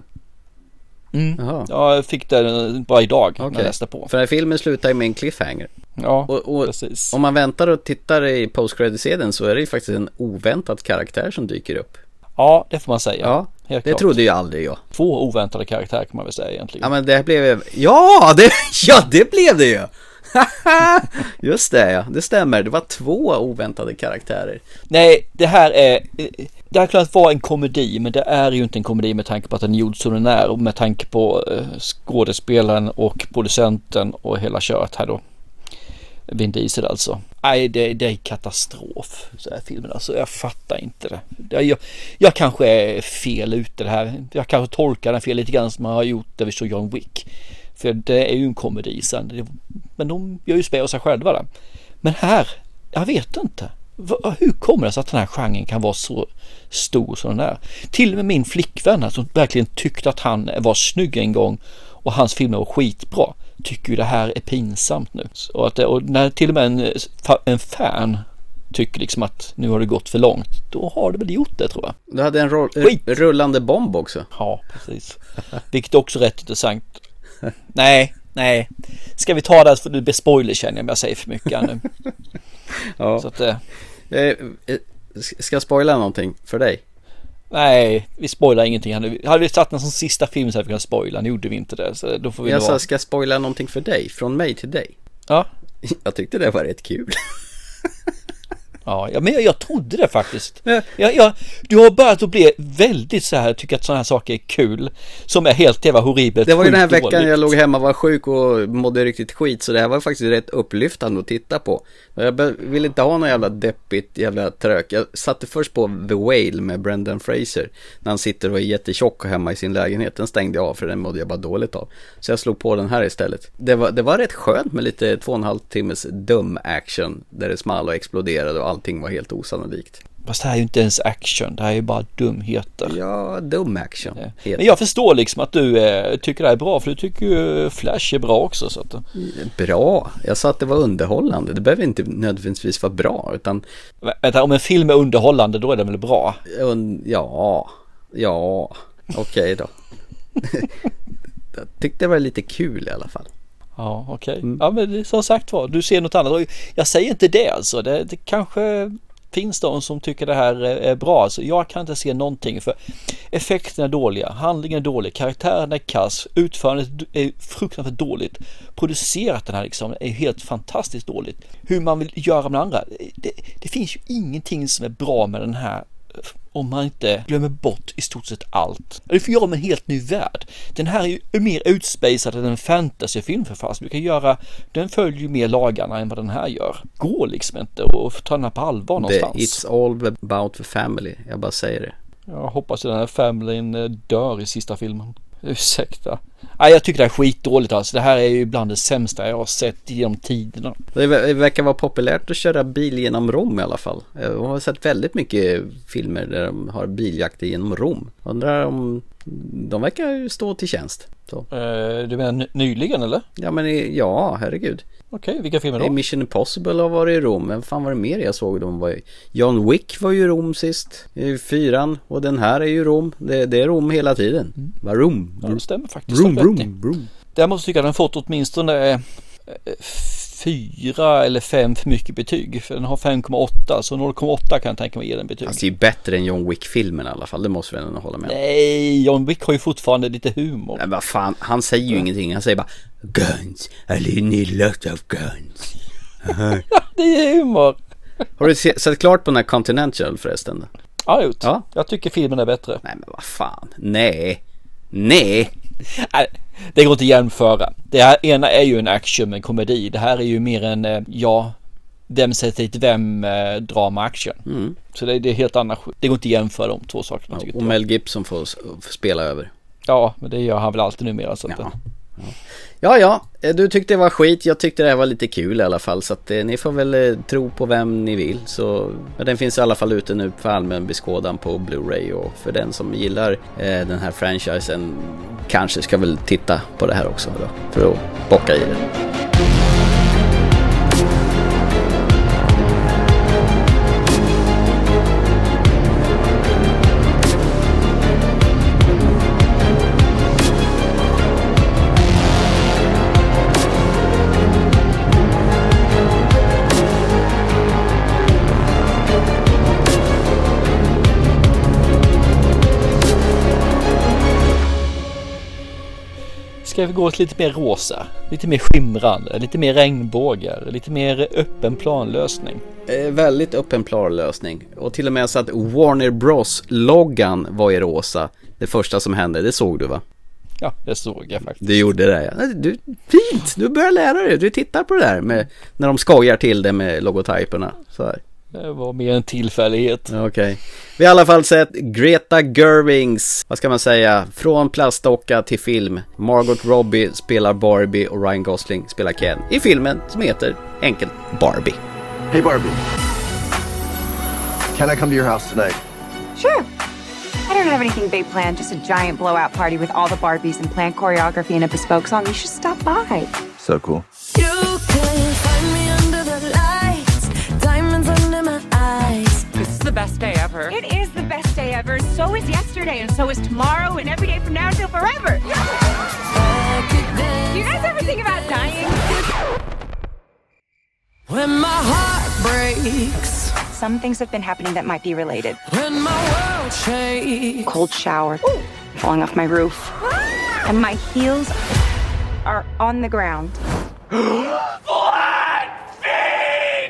Ja, jag fick det bara idag när jag läste på. För den här filmen slutar ju med en cliffhanger. Ja, och precis. Om man väntar och tittar i post-credit-sedeln så är det ju faktiskt en oväntad karaktär som dyker upp. Ja, det får man säga. Ja, helt det klart. trodde ju aldrig jag. 2 oväntade karaktärer kan man väl säga egentligen. Ja, men det blev det blev det ju. Just det, ja. Det stämmer. Det var 2 oväntade karaktärer. Nej, det har klart vara en komedi, men det är ju inte en komedi med tanke på att den är gjord som den är och med tanke på skådespelaren och producenten och hela köret här då. Vin Diesel alltså. Nej, det är katastrof så här filmen, alltså jag fattar inte det. Jag kanske är fel ute det här. Jag kanske tolkar den fel lite grann som man har gjort det vi såg John Wick. För det är ju en komedi sen. Men de gör ju spel av sig själva där. Men här, jag vet inte. Hur kommer det sig att den här genren kan vara så stor som den är? Till och med min flickvän här, som verkligen tyckte att han var snygg en gång och hans filmer var skitbra, tycker ju det här är pinsamt nu. Och när till och med en fan tycker liksom att nu har det gått för långt, då har det väl gjort det, tror jag. Du hade en rullande bomb också. Ja, precis. Vilket är också rätt intressant. Nej. Ska vi ta det för du blir spoiler, känner jag om jag säger för mycket nu. Ja. Så att, ska jag spoila någonting för dig? Nej, vi spoilar ingenting. Hade vi satt en sån sista film så hade vi kunnat spoila. Nu gjorde vi inte det. Så då får vi ska jag spoila någonting för dig? Från mig till dig? Ja. Jag tyckte det var rätt kul. Ja, men jag trodde det faktiskt. Du har börjat att bli väldigt så här, tycker att sådana här saker är kul, som är helt jävla horribelt. Det var ju den här veckan dåligt. Jag låg hemma, var sjuk och mådde riktigt skit, så det här var faktiskt rätt upplyftande att titta på. Jag ville inte ha någon jävla deppigt jävla trök. Jag satte först på The Whale med Brendan Fraser när han sitter och är jättetjock hemma i sin lägenhet. Den stängde jag av för den mådde jag bara dåligt av. Så jag slog på den här istället. Det var rätt skönt med lite 2,5 timmes dum action där det small och exploderade och allting var helt osannolikt. Fast det här är ju inte ens action, det här är ju bara dumheter. Ja, dum action. Ja. Men jag förstår liksom att du tycker det här är bra, för du tycker ju Flash är bra också. Så att... Bra? Jag sa att det var underhållande. Det behöver inte nödvändigtvis vara bra, utan... Vänta, om en film är underhållande, då är den väl bra? Ja. Okej då. Jag tyckte det var lite kul i alla fall. Ja, okej. Ja, men som sagt var, du ser något annat. Jag säger inte det alltså. Det kanske finns de som tycker det här är bra. Alltså, jag kan inte se någonting, för effekterna är dåliga, handlingen är dålig, karaktären är kass, utförandet är fruktansvärt dåligt. Producerat den här liksom är helt fantastiskt dåligt. Hur man vill göra med andra. Det finns ju ingenting som är bra med den här, om man inte glömmer bort i stort sett allt. Det får göra med en helt ny värld. Den här är ju mer utspacad än en fantasyfilm för fast. Den följer ju mer lagarna än vad den här gör. Går liksom inte att ta den här på allvar någonstans. It's all about the family. Jag bara säger det. Jag hoppas att den här familjen dör i sista filmen. Ursäkta. Nej, jag tycker det är skitdåligt alltså. Det här är ju bland det sämsta jag har sett genom tiderna. Det verkar vara populärt att köra bil genom Rom i alla fall. Jag har sett väldigt mycket filmer där de har biljakt genom Rom. Undrar om de verkar ju stå till tjänst. Så. Du menar nyligen eller? Ja, men ja, herregud. Okej, vilka filmer då? Mission Impossible har varit i Rom. Men fan var det mer jag såg? John Wick var ju i Rom sist. 4 och den här är ju Rom. Det är Rom hela tiden. Rom. Ja, det stämmer faktiskt. Rom. Jag måste tycka att den fått åtminstone 4 eller 5 för mycket betyg. För den har 5,8 så 0,8 kan jag tänka mig ge den betyg. Alltså det är bättre än John Wick-filmen i alla fall. Det måste vi ändå hålla med. Nej, John Wick har ju fortfarande lite humor. Men vad fan, han säger ju ingenting. Han säger bara guns, I need lots of guns. Det är humor. Har du sett klart på den här Continental förresten? Ja, gjort. Ja. Jag tycker filmen är bättre. Nej, men vad fan. Nej. Det går inte att jämföra. Det här ena är ju en action med komedi. Det här är ju mer en, vem sätter dit vem drama-action. Så det är helt annat. Det går inte att jämföra de två sakerna. Och Mel Gibson får spela över. Ja, men det gör han väl alltid numera. Så Ja, du tyckte det var skit. Jag tyckte det här var lite kul i alla fall. Så att ni får väl tro på vem ni vill. Så den finns i alla fall ute nu för allmän beskådan på Blu-ray. Och för den som gillar den här franchisen kanske ska väl titta på det här också då, för att bocka i det. Ska vi gå åt lite mer rosa, lite mer skimrande, lite mer regnbågar, lite mer öppen planlösning? Väldigt öppen planlösning. Och till och med så att Warner Bros-loggan var i rosa. Det första som hände, det såg du va? Ja, det såg jag faktiskt. Du gjorde det, ja. Fint, du börjar lära dig. Du tittar på det där med, när de skojar till det med logotyperna. Så här. Det var mer en tillfällighet. Okej. Vi har i alla fall sett Greta Gerwings, vad ska man säga, från plastdocka till film. Margot Robbie spelar Barbie och Ryan Gosling spelar Ken i filmen som heter enkelt Barbie. Hey Barbie, can I come to your house tonight? Sure. I don't have anything big planned, just a giant blowout party with all the Barbies and planned choreography and a bespoke song. You should stop by. So cool. You can find me under the lights, diamonds under my eyes. This is the best day ever. It is the best day ever. So is yesterday, and so is tomorrow, and every day from now until forever. Do you guys ever think about dying? When my heart breaks, some things have been happening that might be related. When my world shakes, cold shower, falling off my roof, and my heels are on the ground. Flat feet!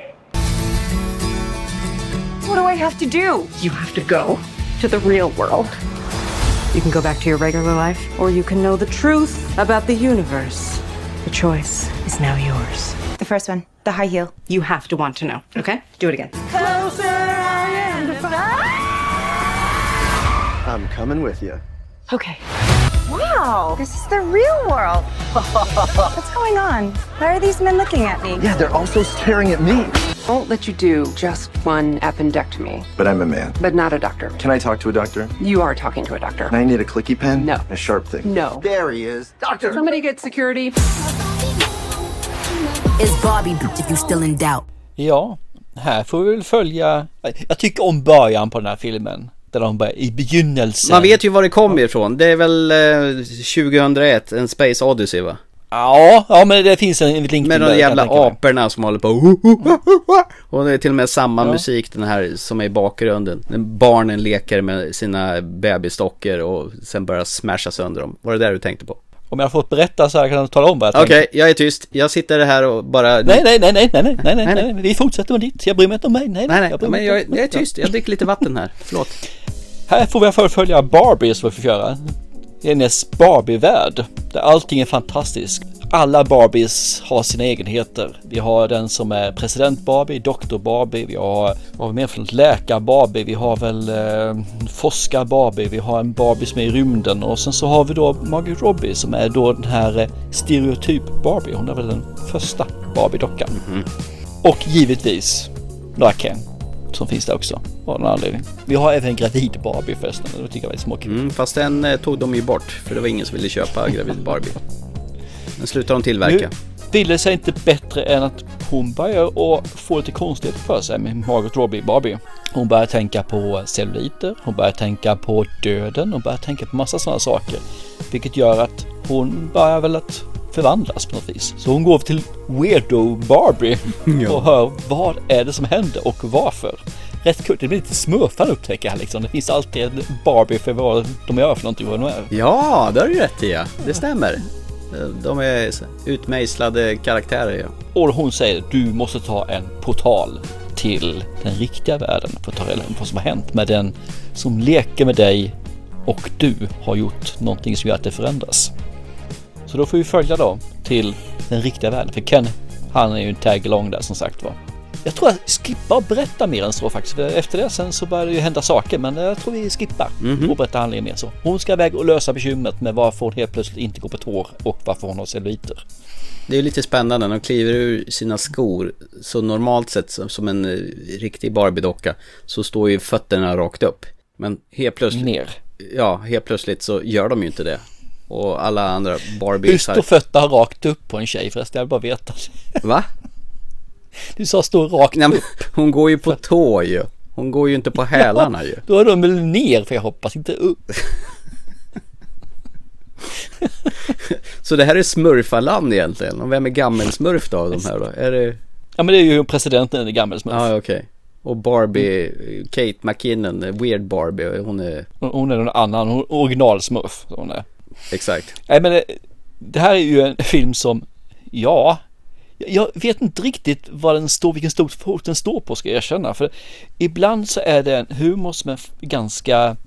What do I have to do? You have to go to the real world. You can go back to your regular life, or you can know the truth about the universe. The choice is now yours. The first one, the high heel. You have to want to know, okay? Do it again. Closer I am to I'm coming with you. Okay. Wow, this is the real world. What's going on? Why are these men looking at me? Yeah, they're also staring at me. Won't let you do just one appendectomy. But I'm a man. But not a doctor. Can I talk to a doctor? You are talking to a doctor. And I need a clicky pen? No. A sharp thing? No. There he is. Doctor! Somebody get security. Is Barbie bitch if you still in doubt? Ja, här får vi väl följa. Jag tycker om början på den här filmen. Där de börjar i begynnelsen. Man vet ju var det kommer ifrån. Det är väl 2001, en Space Odyssey va? Ja, men det finns en link med de jävla aporna som håller på och det är till och med samma musik den här som är i bakgrunden. Barnen leker med sina babystocker och sen börjar smasha sönder dem. Var det där du tänkte på? Om jag har fått berätta så här kan jag tala om vad jag tänkte. Okej, jag är tyst. Jag sitter här och bara... Nej. Vi fortsätter med ditt. Jag bryr mig inte om mig. Nej. Men jag är tyst. Jag dricker lite vatten här. Förlåt. Här får vi förfölja Barbie som vi får göra. Hennes Barbie-värld. Där allting är fantastiskt. alla Barbies har sina egenheter. Vi har den som är president Barbie, doktor Barbie, vi har mer för läkar Barbie, vi har väl forskar Barbie, vi har en Barbie som är i rymden och sen så har vi då Margot Robbie som är då den här stereotyp Barbie. Hon är väl den första Barbie-dockan. Och givetvis några Ken som finns där också av någon anledning. Vi har även gravid Barbie förresten, det tycker jag är småkul. Fast den tog de ju bort för det var ingen som ville köpa gravid Barbie. Den slutar de tillverka. Nu ville sig inte bättre än att hon börjar och få lite konstigt för sig med Margot Robbie Barbie. Hon börjar tänka på celluliter, hon börjar tänka på döden, hon börjar tänka på massa sådana saker. Vilket gör att hon börjar väl att förvandlas på något vis. Så hon går till Weirdo Barbie och hör vad är det som händer och varför. Rätt kul, det blir lite smurfan upptäcker här liksom. Det finns alltid en Barbie för vad de gör för någonting. Vad de är. Ja, det har du rätt i, ja. Det stämmer. De är utmejslade karaktärer, ja. Och hon säger, du måste ta en portal till den riktiga världen för att ta reda på vad som har hänt med den som leker med dig och du har gjort någonting som gör att det förändras. Så då får vi följa då till den riktiga världen. För Ken, han är ju en tag-along där som sagt var. Jag tror jag skippar att berätta mer än så faktiskt. Efter det sen så börjar det ju hända saker. Men jag tror vi skippar och berättar handlingen mer så. Hon ska iväg och lösa bekymret med varför hon helt plötsligt inte går på tår och varför hon har celluliter. Det är lite spännande. De kliver ur sina skor. Så normalt sett som en riktig Barbie-docka så står ju fötterna rakt upp. Men helt plötsligt... Ner. Ja, helt plötsligt så gör de ju inte det. Och alla andra Barbies... Hur står fötterna rakt upp på en tjej förresten? Jag vill bara veta. Va? Du sa stå rakt upp. Hon går ju på tå ju. Hon går ju inte på hälarna ju. Då är de väl ner för jag hoppas inte upp. Så det här är smurfaland egentligen. Och vem är gammelsmurf då av de här då? Är det... Ja men det är ju presidenten i gammelsmurf. Ja okej. Och Barbie, Kate McKinnon, Weird Barbie, hon är någon annan, hon är originalsmurf. Hon är. Exakt. Nej men det här är ju en film som, ja, jag vet inte riktigt vad den står, vilken stor fot den står på ska jag erkänna. För ibland så är det en humor som är ganska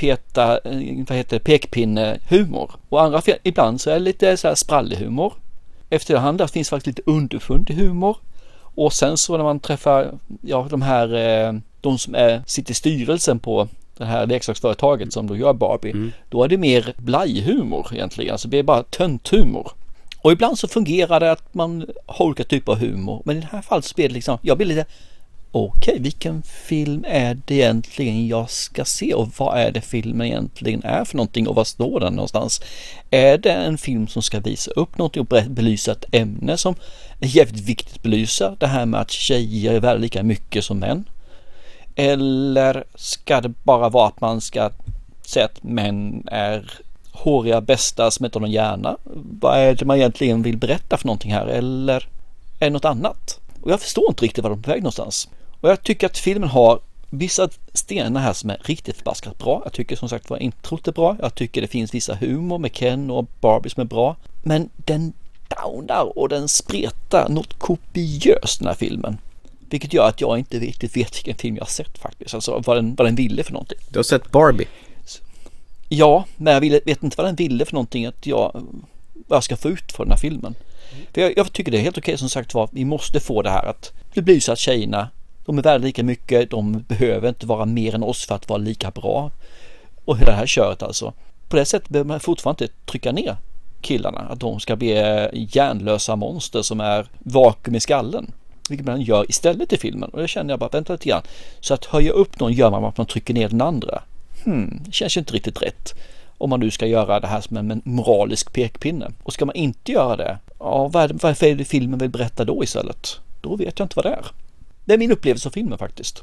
pekpinne humor. Och andra ibland så är det lite så här sprallig humor. Efter det andra finns faktiskt lite underfundig humor. Och sen så när man träffar de som sitter i styrelsen på det här leksaksföretaget som då gör Barbie, då är det mer blajhumor egentligen. Alltså det är bara tönthumor. Och ibland så fungerar det att man har olika typer av humor. Men i det här fallet så blir det liksom, jag blir lite okej, vilken film är det egentligen jag ska se och vad är det filmen egentligen är för någonting och vad står den någonstans? Är det en film som ska visa upp någonting och belysa ett ämne som är jävligt viktigt att belysa? Det här med att tjejer är värda lika mycket som män. Eller ska det bara vara att man ska säga att män är håriga bästa som inte har någon hjärna? Vad är det man egentligen vill berätta för någonting här? Eller är det något annat? Och jag förstår inte riktigt vad de är på väg någonstans. Och jag tycker att filmen har vissa stenar här som är riktigt förbaskat bra. Jag tycker som sagt var introt är bra. Jag tycker det finns vissa humor med Ken och Barbie som är bra. Men den downar och den spretar något kopiöst den här filmen. Vilket gör att jag inte riktigt vet vilken film jag har sett faktiskt. Alltså vad den ville för någonting. Du har sett Barbie? Ja, men jag vet inte vad den ville för någonting att jag ska få ut för den här filmen. För jag tycker det är helt okej som sagt var. Vi måste få det här att det blir så att tjejerna, de är värda lika mycket. De behöver inte vara mer än oss för att vara lika bra. Och hela det här köret alltså. På det sättet behöver man fortfarande inte trycka ner killarna. Att de ska bli hjärnlösa monster som är vakuum i skallen. Vilket man gör istället i filmen. Och det känner jag bara, vänta lite grann. Så att höja upp någon gör man att man trycker ner den andra. Det känns ju inte riktigt rätt. Om man nu ska göra det här som en moralisk pekpinne. Och ska man inte göra det, ja, varför är det filmen vill berätta då istället? Då vet jag inte vad det är. Det är min upplevelse av filmen faktiskt.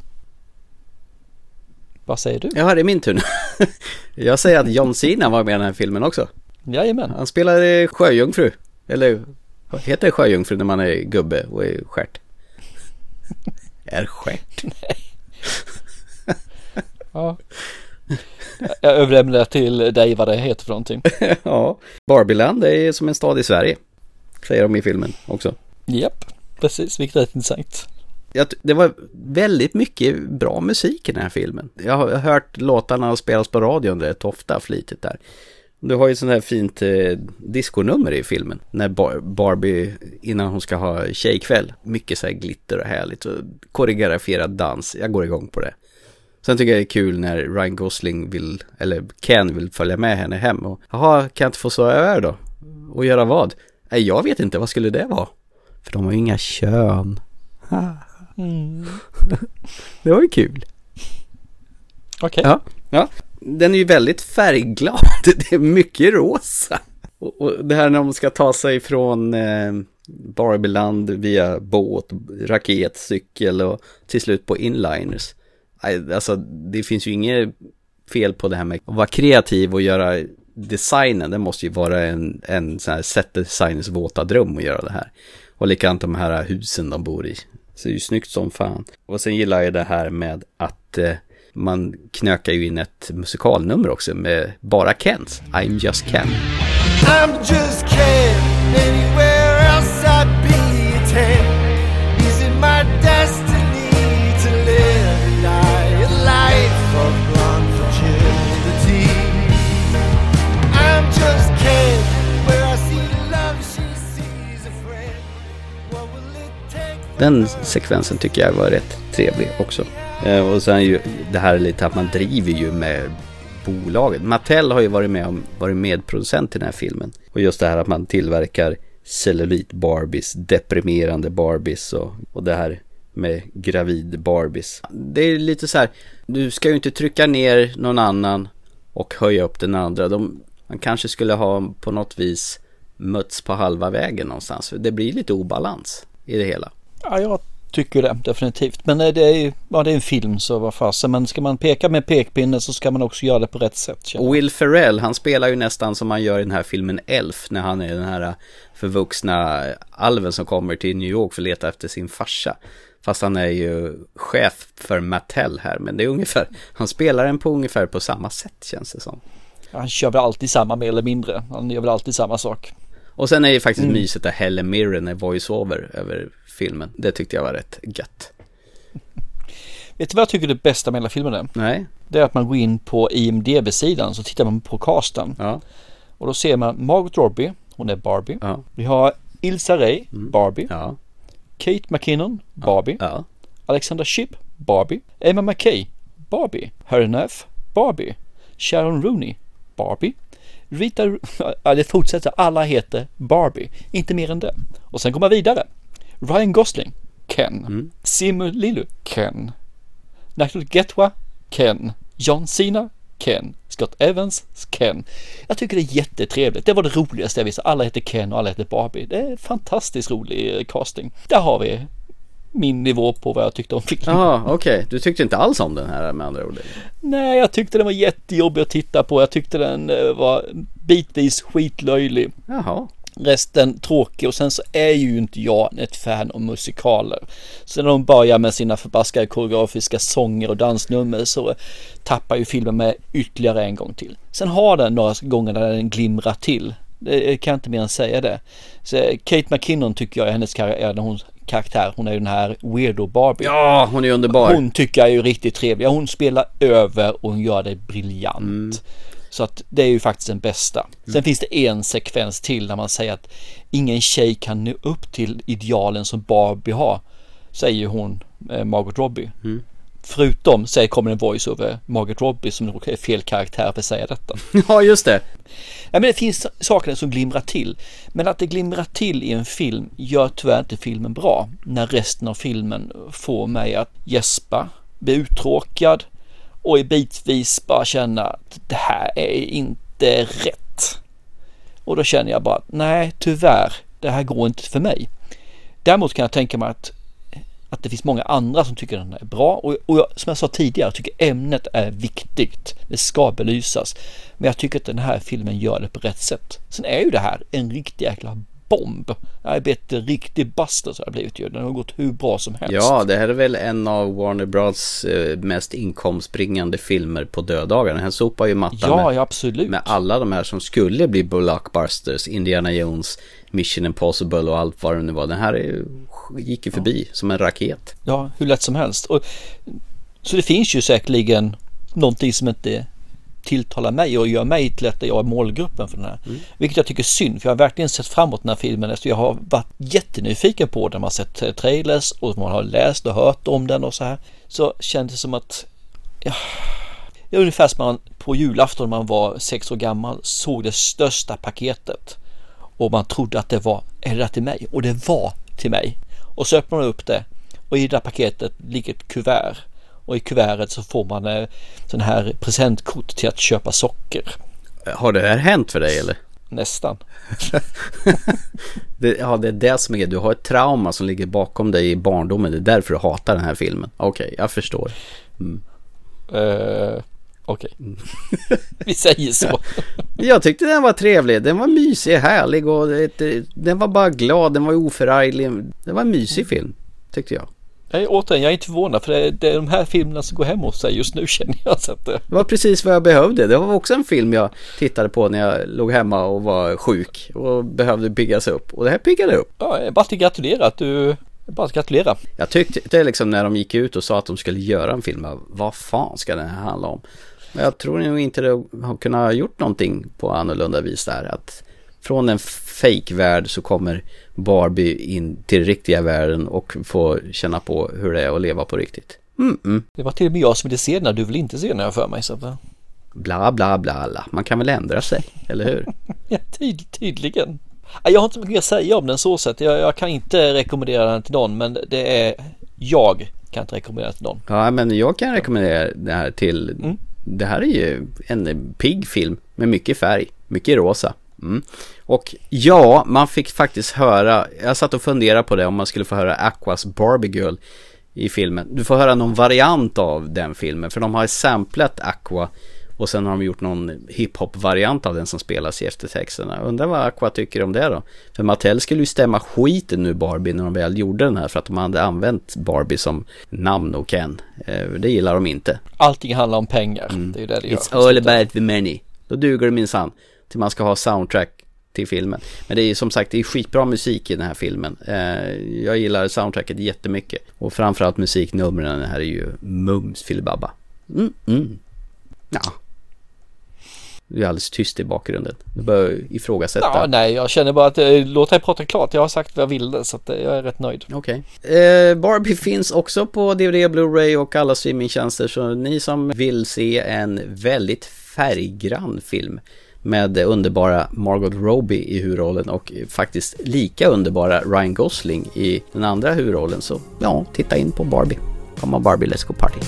Vad säger du? Ja, det är min tur. Jag säger att John Cena var med i den här filmen också. Jajamän. Han spelade sjöjungfru. Eller vad heter det sjöjungfru när man är gubbe och är stjärt? Är stjärt? Nej. Ja. Jag överlämnar till dig vad det heter för någonting. Ja, Barbieland är som en stad i Sverige, säger de i filmen också. Japp, precis, vilket är intressant. Det var väldigt mycket bra musik i den här filmen. Jag har hört låtarna spelas på radion rätt ofta, flitigt där. Du har ju sån här fint diskonummer i filmen. När Barbie, innan hon ska ha tjejkväll. Mycket så här glitter och härligt. Och koreograferad dans. Jag går igång på det. Sen tycker jag det är kul när Ryan Gosling Ken vill följa med henne hem. Och, jaha, kan jag inte få så över då? Och göra vad? Nej, jag vet inte, vad skulle det vara? För de har ju inga kön. Det var ju kul. Okej. Ja. Den är ju väldigt färgglad. Det är mycket rosa. Och det här när de ska ta sig från Barbieland via båt, raket, cykel och till slut på inliners. Alltså det finns ju inget fel på det här med att vara kreativ och göra designen. Det måste ju vara en sån här set designers våta dröm att göra det här. Och likadant de här husen de bor i. Så det är ju snyggt som fan. Och sen gillar jag det här med att man knökar ju in ett musikalnummer också med bara Kens. I'm just Ken. I'm just Ken. Anywhere else I'd be a 10. Is it my destiny to live and die a life of blonde fragility? I'm just Ken. Where I see love, she sees a friend. What will it take? Den sekvensen tycker jag var rätt trevlig också. Och sen ju det här är lite att man driver ju med bolaget. Mattel har ju varit medproducent i den här filmen. Och just det här att man tillverkar cellulit Barbies, deprimerande Barbies och det här med gravid Barbies. Det är lite så här, du ska ju inte trycka ner någon annan och höja upp den andra. Man kanske skulle ha på något vis mötts på halva vägen någonstans. För det blir lite obalans i det hela. Ja, jag tycker det, definitivt. Men det är ju det är en film, så vad fasen. Men ska man peka med pekpinnen så ska man också göra det på rätt sätt. Och Will Ferrell, han spelar ju nästan som man gör i den här filmen Elf, när han är den här förvuxna alven som kommer till New York för att leta efter sin farsa. Fast han är ju chef för Mattel här, men det är ungefär, han spelar den på ungefär på samma sätt, känns det som. Han kör väl alltid samma, mer eller mindre. Han gör väl alltid samma sak. Och sen är det faktiskt mysigt att Helen Mirren är voice-over över filmen. Det tyckte jag var rätt gött. Vet du vad jag tycker det bästa med hela filmen är? Nej. Det är att man går in på IMDb-sidan, så tittar man på casten. Ja. Och då ser man Margot Robbie, hon är Barbie. Ja. Vi har Ilsa Ray, Barbie. Ja. Kate McKinnon, Barbie. Ja. Alexandra Shipp, Barbie. Emma McKay, Barbie. Harry Neff, Barbie. Sharon Rooney, Barbie. Rita, det fortsätter, alla heter Barbie, inte mer än det. Och sen går man vidare. Ryan Gosling, Ken. Simu Lilu, Ken. Natalie Getwa, Ken. John Cena, Ken. Scott Evans, Ken. Jag tycker det är jättetrevligt. Det var det roligaste jag visste. Alla heter Ken och alla heter Barbie. Det är fantastiskt rolig casting. Där har vi min nivå på vad jag tyckte om filmen. Ja, okej. Du tyckte inte alls om den här med andra ord? Nej, jag tyckte den var jättejobbig att titta på. Jag tyckte den var bitvis skitlöjlig. Jaha. Resten tråkig, och sen så är ju inte jag ett fan av musikaler. Så när de börjar med sina förbaskade koreografiska sånger och dansnummer så tappar ju filmen med ytterligare en gång till. Sen har den några gånger där den glimrar till. Det kan jag inte mer än säga det. Så Kate McKinnon tycker jag är hennes karaktär. Hon är ju den här weirdo Barbie. Ja, hon är underbar. Hon tycker jag är ju riktigt trevlig. Hon spelar över och hon gör det briljant. Så att det är ju faktiskt den bästa. Sen finns det en sekvens till där man säger att ingen tjej kan nå upp till idealen som Barbie har, säger hon, Margot Robbie. Förutom så kommer en voice över Margot Robbie som är fel karaktär för att säga detta. Ja, just det. Ja, men det finns saker som glimrar till. Men att det glimrar till i en film gör tyvärr inte filmen bra. När resten av filmen får mig att gäspa, bli uttråkad och i bitvis bara känna att det här är inte rätt. Och då känner jag bara att nej, tyvärr, det här går inte för mig. Däremot kan jag tänka mig att det finns många andra som tycker den är bra. Och jag, som jag sa tidigare, tycker ämnet är viktigt. Det ska belysas. Men jag tycker att den här filmen gör det på rätt sätt. Sen är ju det här en riktig jäkla bomb. Jag har blivit en riktig buster, så har det blivit ju. Den har gått hur bra som helst. Ja, det här är väl en av Warner Bros mest inkomstbringande filmer på döddagar. Den här sopar ju mattan absolut. Med alla de här som skulle bli blockbusters, Indiana Jones, Mission Impossible och allt vad det nu var. Den här gick ju förbi som en raket. Ja, hur lätt som helst. Så det finns ju säkerligen någonting som inte tilltalar mig och gör mig till att jag är målgruppen för den här. Vilket jag tycker är synd, för jag har verkligen sett framåt den här filmen. Efter jag har varit jättenyfiken på den. Man har sett trailers och man har läst och hört om den och så här. Så kändes det som att det är ungefär som man på julafton när man var 6 år gammal såg det största paketet och man trodde att det var, är det till mig? Och det var till mig. Och så öppnar man upp det och i det där paketet ligger ett kuvert. Och i kuvertet så får man sån här presentkort till att köpa socker. Har det här hänt för dig eller? Nästan. Det är det som är. Du har ett trauma som ligger bakom dig i barndomen. Det är därför du hatar den här filmen. Okej, jag förstår. Okej. Vi säger så. Jag tyckte den var trevlig. Den var mysig, härlig och den var bara glad. Den var oförarglig. Det var en mysig film, tyckte jag. Jag är inte förvånad, för det är de här filmerna som går hem hos sig just nu, känner jag. Så att det var precis vad jag behövde. Det var också en film jag tittade på när jag låg hemma och var sjuk och behövde piggas upp. Och det här piggade upp. Ja, jag bara till gratulera. Jag tyckte det liksom när de gick ut och sa att de skulle göra en film. Vad fan ska den här handla om? Men jag tror nog inte det har kunnat gjort någonting på annorlunda vis där. Att från en fake-värld så kommer Barbie in till den riktiga världen och får känna på hur det är att leva på riktigt. Det var till och med jag som ville se den, du vill inte se den för mig. Så att... Bla bla bla bla. Man kan väl ändra sig, eller hur? Ja, tydligen. Jag har inte mycket att säga om den så sätt. Jag kan inte rekommendera den till någon, men jag kan inte rekommendera den till någon. Ja, men jag kan rekommendera det här till... Det här är ju en pigg film med mycket färg, mycket rosa. Och ja, man fick faktiskt höra, jag satt och funderade på det om man skulle få höra Aquas Barbie Girl i filmen. Du får höra någon variant av den filmen, för de har samplat Aqua och sen har de gjort någon hiphop-variant av den som spelas i eftertexterna. Undrar vad Aqua tycker om det då. För Mattel skulle ju stämma skiten nu Barbie när de väl gjorde den här, för att de hade använt Barbie som namn och Ken. Det gillar de inte. Allting handlar om pengar. Det är ju det gör. It's all about the money. Då duger det minsann till man ska ha soundtrack till filmen. Men det är som sagt, det är skitbra musik i den här filmen. Jag gillar soundtracket jättemycket. Och framförallt musiknumren här är ju mums filibabba. Ja. Det är alldeles tyst i bakgrunden. Du bör ifrågasätta. Ja, nej, jag känner bara att låt mig prata klart. Jag har sagt vad jag ville, så att jag är rätt nöjd. Okej. Barbie finns också på DVD, Blu-ray och alla streamingtjänster. Så ni som vill se en väldigt färggrann film med underbara Margot Robbie i huvudrollen och faktiskt lika underbara Ryan Gosling i den andra huvudrollen, så ja, titta in på Barbie. Come on Barbie, let's go party.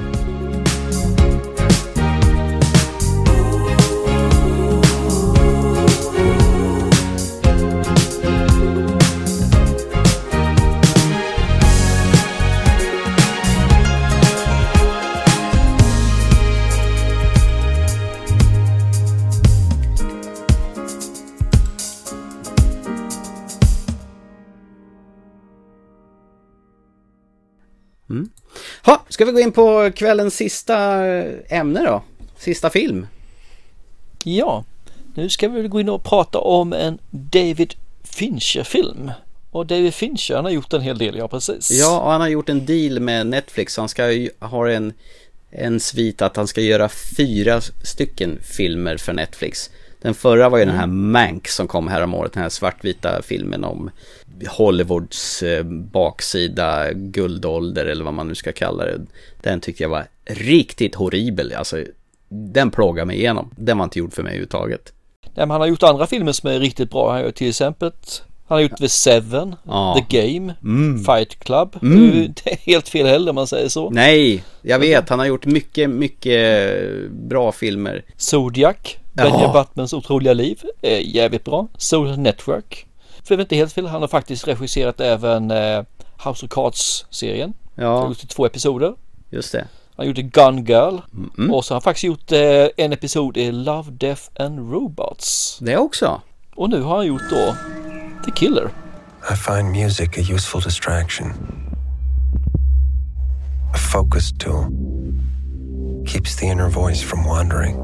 Ska vi gå in på kvällens sista ämne då? Sista film. Ja, nu ska vi gå in och prata om en David Fincher-film. Och David Fincher, han har gjort en hel del, ja precis. Ja, och han har gjort en deal med Netflix. Han ska ha en svit att han ska göra 4 stycken filmer för Netflix. Den förra var ju den här Mank som kom här om året, den här svartvita filmen om Hollywoods baksida, guldålder eller vad man nu ska kalla det. Den tyckte jag var riktigt horribel. Alltså, den plågade mig igenom. Den var inte gjord för mig överhuvudtaget. Nej, men han har gjort andra filmer som är riktigt bra. Han har till exempel gjort The Seven, The Game, Fight Club. Det är helt fel heller om man säger så. Nej, jag vet. Han har gjort mycket, mycket bra filmer. Zodiac, Benjamin Buttmans otroliga liv, är jävligt bra. Social Network. För det är inte helt fel. Han har faktiskt regisserat även House of Cards-serien. Ja. Han har gjort 2 episoder. Just det. Han gjorde Gun Girl. Och så har han faktiskt gjort en episod i Love, Death and Robots. Det också. Och nu har han gjort då The Killer. I find music a useful distraction. A focus tool. Keeps the inner voice from wandering.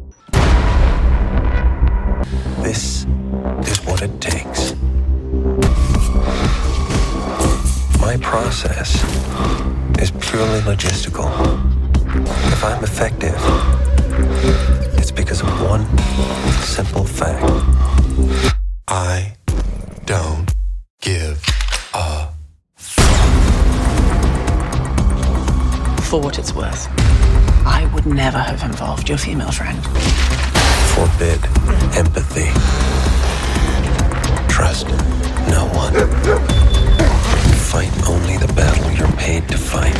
This is what it takes. My process is purely logistical. If I'm effective, it's because of one simple fact. I don't give a For what it's worth, I would never have involved your female friend. Forbid empathy. Trust no one. Fight only the battle you're paid to fight.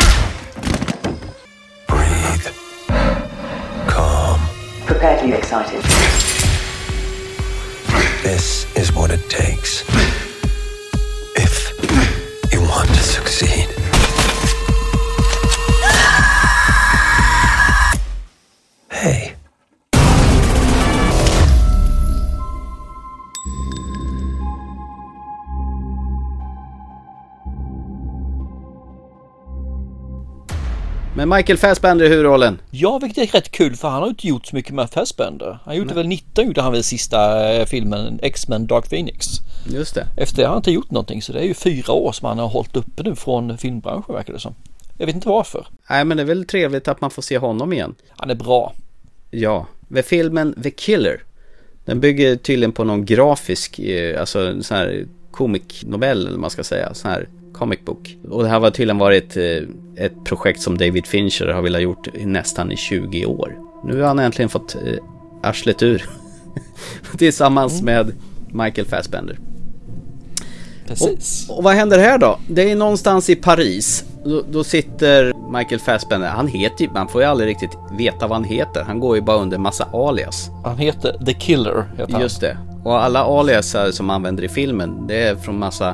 Breathe. Calm. Prepare to be excited. This is what it takes if you want to succeed. Hey. Men Michael Fassbender i huvudrollen. Ja, vilket är rätt kul för han har inte gjort så mycket med Fassbender. Han gjorde väl 19 gjorde han väl sista filmen X-Men Dark Phoenix. Just det. Efter det har han inte gjort någonting, så det är ju 4 år som han har hållit uppe nu från filmbranschen, verkar det som. Jag vet inte varför. Nej, men det är väl trevligt att man får se honom igen. Han är bra. Ja, med filmen The Killer. Den bygger tydligen på någon grafisk, alltså en sån här komiknovell eller man ska säga, sån här comic book. Och det här var tydligen varit ett projekt som David Fincher har velat gjort nästan i 20 år. Nu har han äntligen fått arslet ur tillsammans med Michael Fassbender. Precis. Och vad händer här då? Det är någonstans i Paris. Då sitter Michael Fassbender. Han heter ju, man får ju aldrig riktigt veta vad han heter. Han går ju bara under massa alias. Han heter The Killer, heter han. Just det. Och alla aliasar som använder i filmen, det är från massa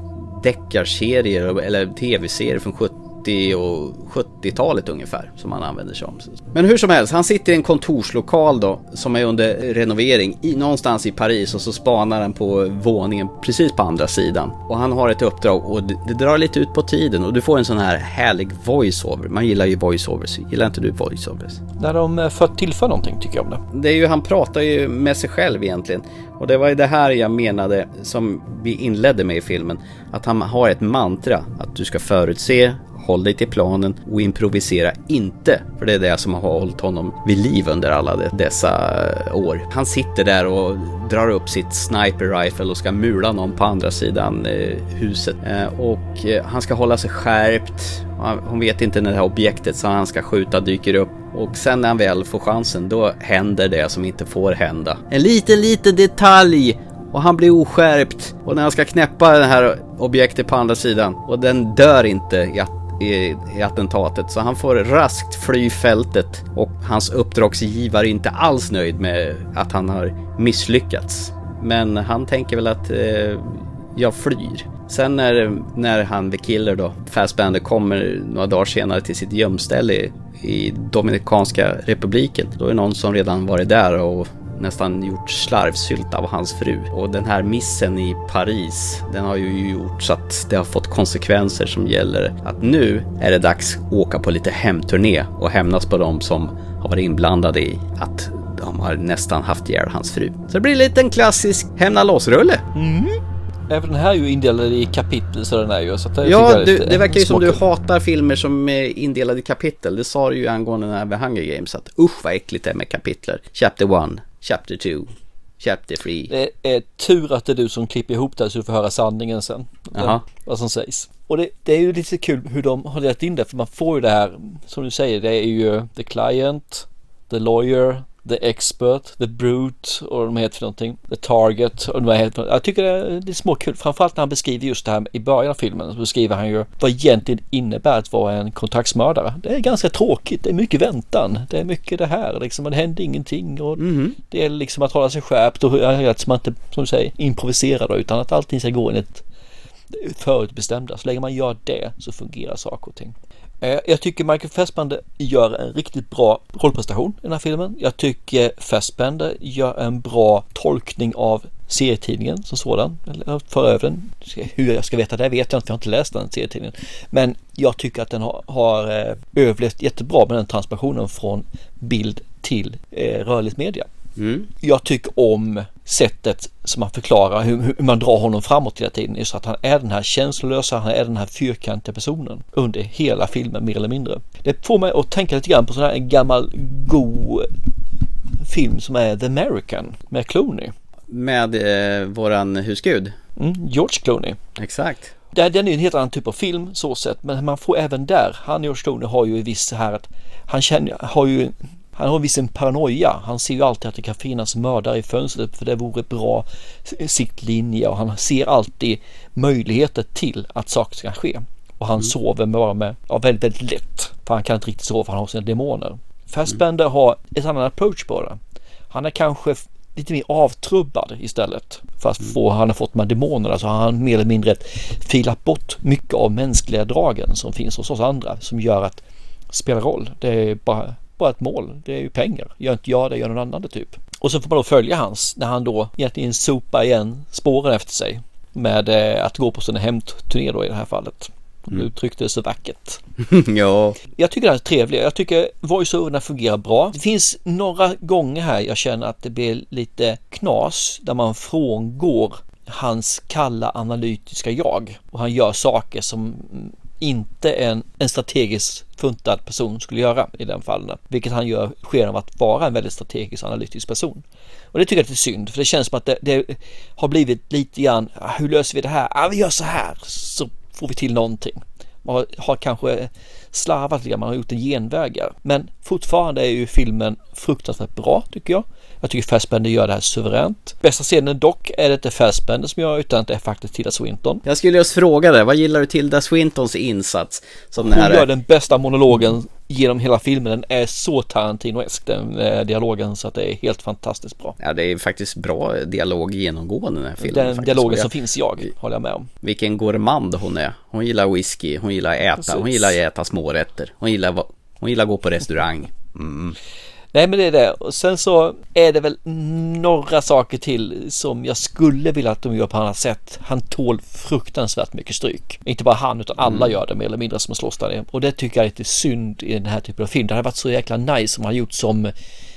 deckarserier eller tv-serier från 70 och 70-talet ungefär som han använder sig om. Men hur som helst, han sitter i en kontorslokal då som är under renovering någonstans i Paris, och så spanar han på våningen precis på andra sidan. Och han har ett uppdrag och det drar lite ut på tiden, och du får en sån här härlig voiceover. Man gillar ju voiceovers. Gillar inte du voiceovers? När de tillför någonting tycker jag om det. Det är ju, han pratar ju med sig själv egentligen. Och det var ju det här jag menade som vi inledde med i filmen. Att han har ett mantra. Att du ska förutse, håll dig till planen och improvisera inte. För det är det som har hållit honom vid liv under alla dessa år. Han sitter där och drar upp sitt sniper rifle och ska mula någon på andra sidan huset. Och han ska hålla sig skärpt. Hon vet inte när det här objektet som han ska skjuta dyker upp. Och sen när han väl får chansen, då händer det som inte får hända. En liten detalj. Och han blir oskärpt. Och när han ska knäppa det här objektet på andra sidan. Och den dör inte i attentatet. Så han får raskt fly fältet. Och hans uppdragsgivare är inte alls nöjd med att han har misslyckats. Men han tänker väl att jag flyr. Sen när han, The Killer då, Fassbender, kommer några dagar senare till sitt gömställe i Dominikanska republiken. Då är någon som redan varit där och nästan gjort slarvsylt av hans fru. Och den här missen i Paris, den har ju gjort så att det har fått konsekvenser som gäller att nu är det dags att åka på lite hemturné och hämnas på dem som har varit inblandade i att de har nästan haft ihjäl hans fru. Så det blir lite en klassisk hämna loss-rulle. Även den här är ju indelad i kapitel, så den är ju. Så att ja, det verkar ju som du hatar filmer som är indelade i kapitel. Det sa du ju angående den här med Hunger Games, att usch vad äckligt det är med kapitler. Chapter 1, Chapter 2, Chapter 3. Det är tur att det är du som klipper ihop det så du får höra sanningen sen. Vad som sägs. Och det är ju lite kul hur de har delat in det, för man får ju det här, som du säger, det är ju The Client, The Lawyer, The Expert, The Brute och de heter för någonting, The Target och de heter. Jag tycker det är småkul, framförallt när han beskriver just det här i början av filmen, så beskriver han ju vad egentligen innebär att vara en kontraktsmördare. Det är ganska tråkigt, det är mycket väntan, det är mycket det här liksom, det händer ingenting och det är liksom att hålla sig skärpt och att man inte, som du säger, improviserar då, utan att allting ska gå enligt förutbestämda. Så länge man gör det så fungerar saker och ting. Jag tycker Michael Fassbender gör en riktigt bra rollprestation i den här filmen. Jag tycker Fassbender gör en bra tolkning av serietidningen som sådan. För över den. Hur jag ska veta det vet jag inte, för jag har inte läst den serietidningen. Men jag tycker att den har överlevt jättebra med den transformationen från bild till rörligt media. Jag tycker om sättet som man förklarar hur man drar honom framåt hela tiden, är så att han är den här känslolösa, han är den här fyrkantiga personen under hela filmen mer eller mindre. Det får mig att tänka lite grann på sån här en gammal god film som är The American med Clooney. Med våran husgud. George Clooney. Exakt. Den är ju en helt annan typ av film så sett, men man får även där, han George Clooney har ju viss så här att han har en viss paranoia. Han ser ju alltid att det kan finnas mördare i fönstret för det vore bra siktlinje, och han ser alltid möjligheter till att saker ska ske. Och han sover bara med väldigt, väldigt lätt, för han kan inte riktigt sova för han har sina demoner. Fassbender har ett annat approach på det. Han är kanske lite mer avtrubbad istället. Fast han har fått de här demonerna, så har han mer eller mindre filat bort mycket av mänskliga dragen som finns hos oss andra, som gör att det spelar roll. Det är bara ett mål. Det är ju pengar. Gör inte jag det, gör någon annan det typ. Och så får man då följa hans när han då egentligen sopar igen spåren efter sig med att gå på sina hemturné då i det här fallet. Du uttryckte det så vackert. Ja. Jag tycker det är trevligt. Jag tycker voice-overna fungerar bra. Det finns några gånger här jag känner att det blir lite knas där man frångår hans kalla analytiska jag. Och han gör saker som inte en strategiskt funtad person skulle göra i den fallen. Vilket han gör sken av att vara en väldigt strategisk analytisk person. Och det tycker jag är synd, för det känns som att det har blivit lite grann, hur löser vi det här? Vi gör så här, så får vi till någonting. Man har kanske slarvat lite, man har gjort en genvägar. Men fortfarande är ju filmen fruktansvärt bra tycker jag. Jag tycker Fassbender gör det här suveränt. Bästa scenen dock är det inte Fassbender som gör, utan det är faktiskt Tilda Swinton. Jag skulle just fråga dig, vad gillar du Tilda Swintons insats? Som hon gör den bästa monologen genom hela filmen. Den är så Tarantino-esk, den dialogen, så att det är helt fantastiskt bra. Ja, det är faktiskt bra dialog genomgående den här filmen. Den dialogen som finns håller jag med om. Vilken gourmand hon är. Hon gillar whisky, hon gillar äta, precis. Hon gillar äta smårätter. Hon gillar gå på restaurang. Nej, men det är det. Och sen så är det väl några saker till som jag skulle vilja att de gör på annat sätt. Han tål fruktansvärt mycket stryk. Inte bara han, utan alla gör det mer eller mindre som slåss där. Och det tycker jag är lite synd i den här typen av film. Det hade varit så jäkla nice som han gjort som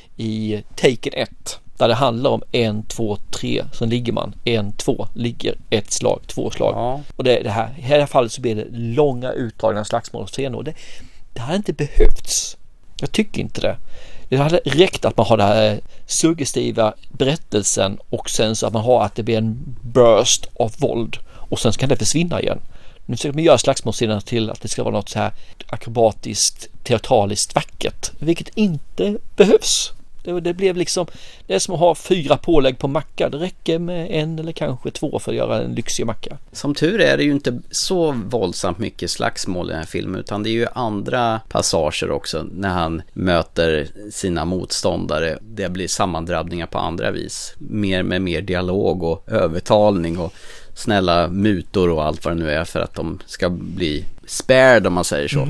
i Taken 1. Där det handlar om 1, 2, 3, så ligger man 1, 2, ligger 1 slag, 2 slag. Ja. Och i det här fallet så blir det långa utdragna slagsmålscener. Och det hade inte behövts. Jag tycker inte det. Det hade räckt att man har den här suggestiva berättelsen och sen så att man har att det blir en burst av våld och sen kan det försvinna igen. Nu försöker man göra slagsmålscenerna till att det ska vara något så här akrobatiskt, teatraliskt vackert, vilket inte behövs. Det blev liksom, det är som att ha 4 pålägg på macka. Det räcker med 1 eller kanske 2 för att göra en lyxig macka. Som tur är det ju inte så våldsamt mycket slagsmål i den här filmen, utan det är ju andra passager också när han möter sina motståndare. Det blir sammandrabbningar på andra vis. Med mer dialog och övertalning och snälla mutor och allt vad det nu är för att de ska bli spared, om man säger så.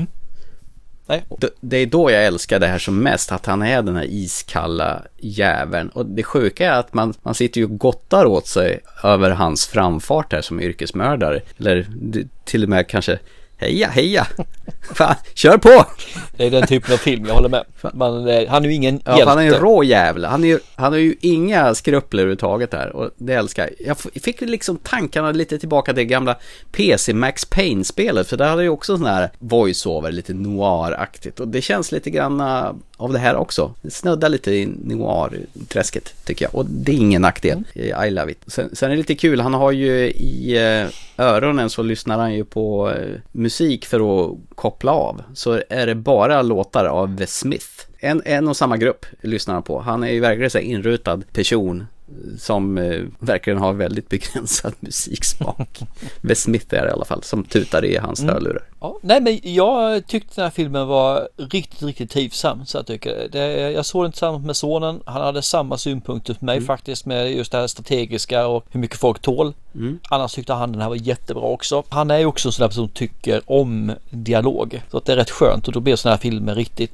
Nej. Det är då jag älskar det här som mest, att han är den här iskalla jäveln. Och det sjuka är att man sitter ju och gottar åt sig över hans framfart här som yrkesmördare. Eller till och med kanske heja fan, kör på! Det är den typen av film, jag håller med. Han är ju ingen hjälte. Han är en rå jävel. Han har ju inga skrupler överhuvudtaget här. Och det älskar jag. Fick liksom tankarna lite tillbaka till det gamla PC Max Payne-spelet. För där hade ju också sån här voice-over, lite noir-aktigt. Och det känns lite grann av det här också. Det snuddar lite i noir-träsket tycker jag. Och det är ingen nackdel. I love it. Sen är det lite kul, han har ju i öronen så lyssnar han ju på musik för att koppla av. Så är det bara låtar av The Smith. En och samma grupp lyssnar han på. Han är ju verkligen så inrutad person som verkligen har väldigt begränsad musiksmak. The Smith är det i alla fall, som tutar i hans hörlurar. Ja, nej, men jag tyckte den här filmen var riktigt, riktigt trivsam. Så jag tycker jag såg den tillsammans med sonen. Han hade samma synpunkter för mig faktiskt, med just det här strategiska och hur mycket folk tål. Annars tyckte han den här var jättebra också. Han är ju också en sån där person som tycker om dialog. Så att det är rätt skönt, och då blir såna här filmer riktigt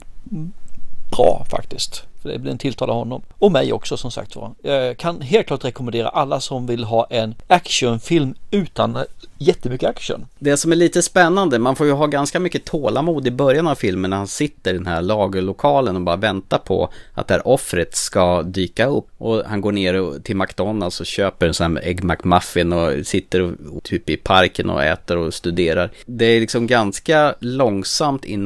bra faktiskt. För det blir en tilltal av honom. Och mig också, som sagt var. Jag kan helt klart rekommendera alla som vill ha en actionfilm utan jättemycket action. Det som är lite spännande, man får ju ha ganska mycket tålamod i början av filmen när han sitter i den här lagerlokalen och bara väntar på att det här offret ska dyka upp. Och han går ner till McDonalds och köper en sån här Egg McMuffin och sitter och typ i parken och äter och studerar. Det är liksom ganska långsamt innan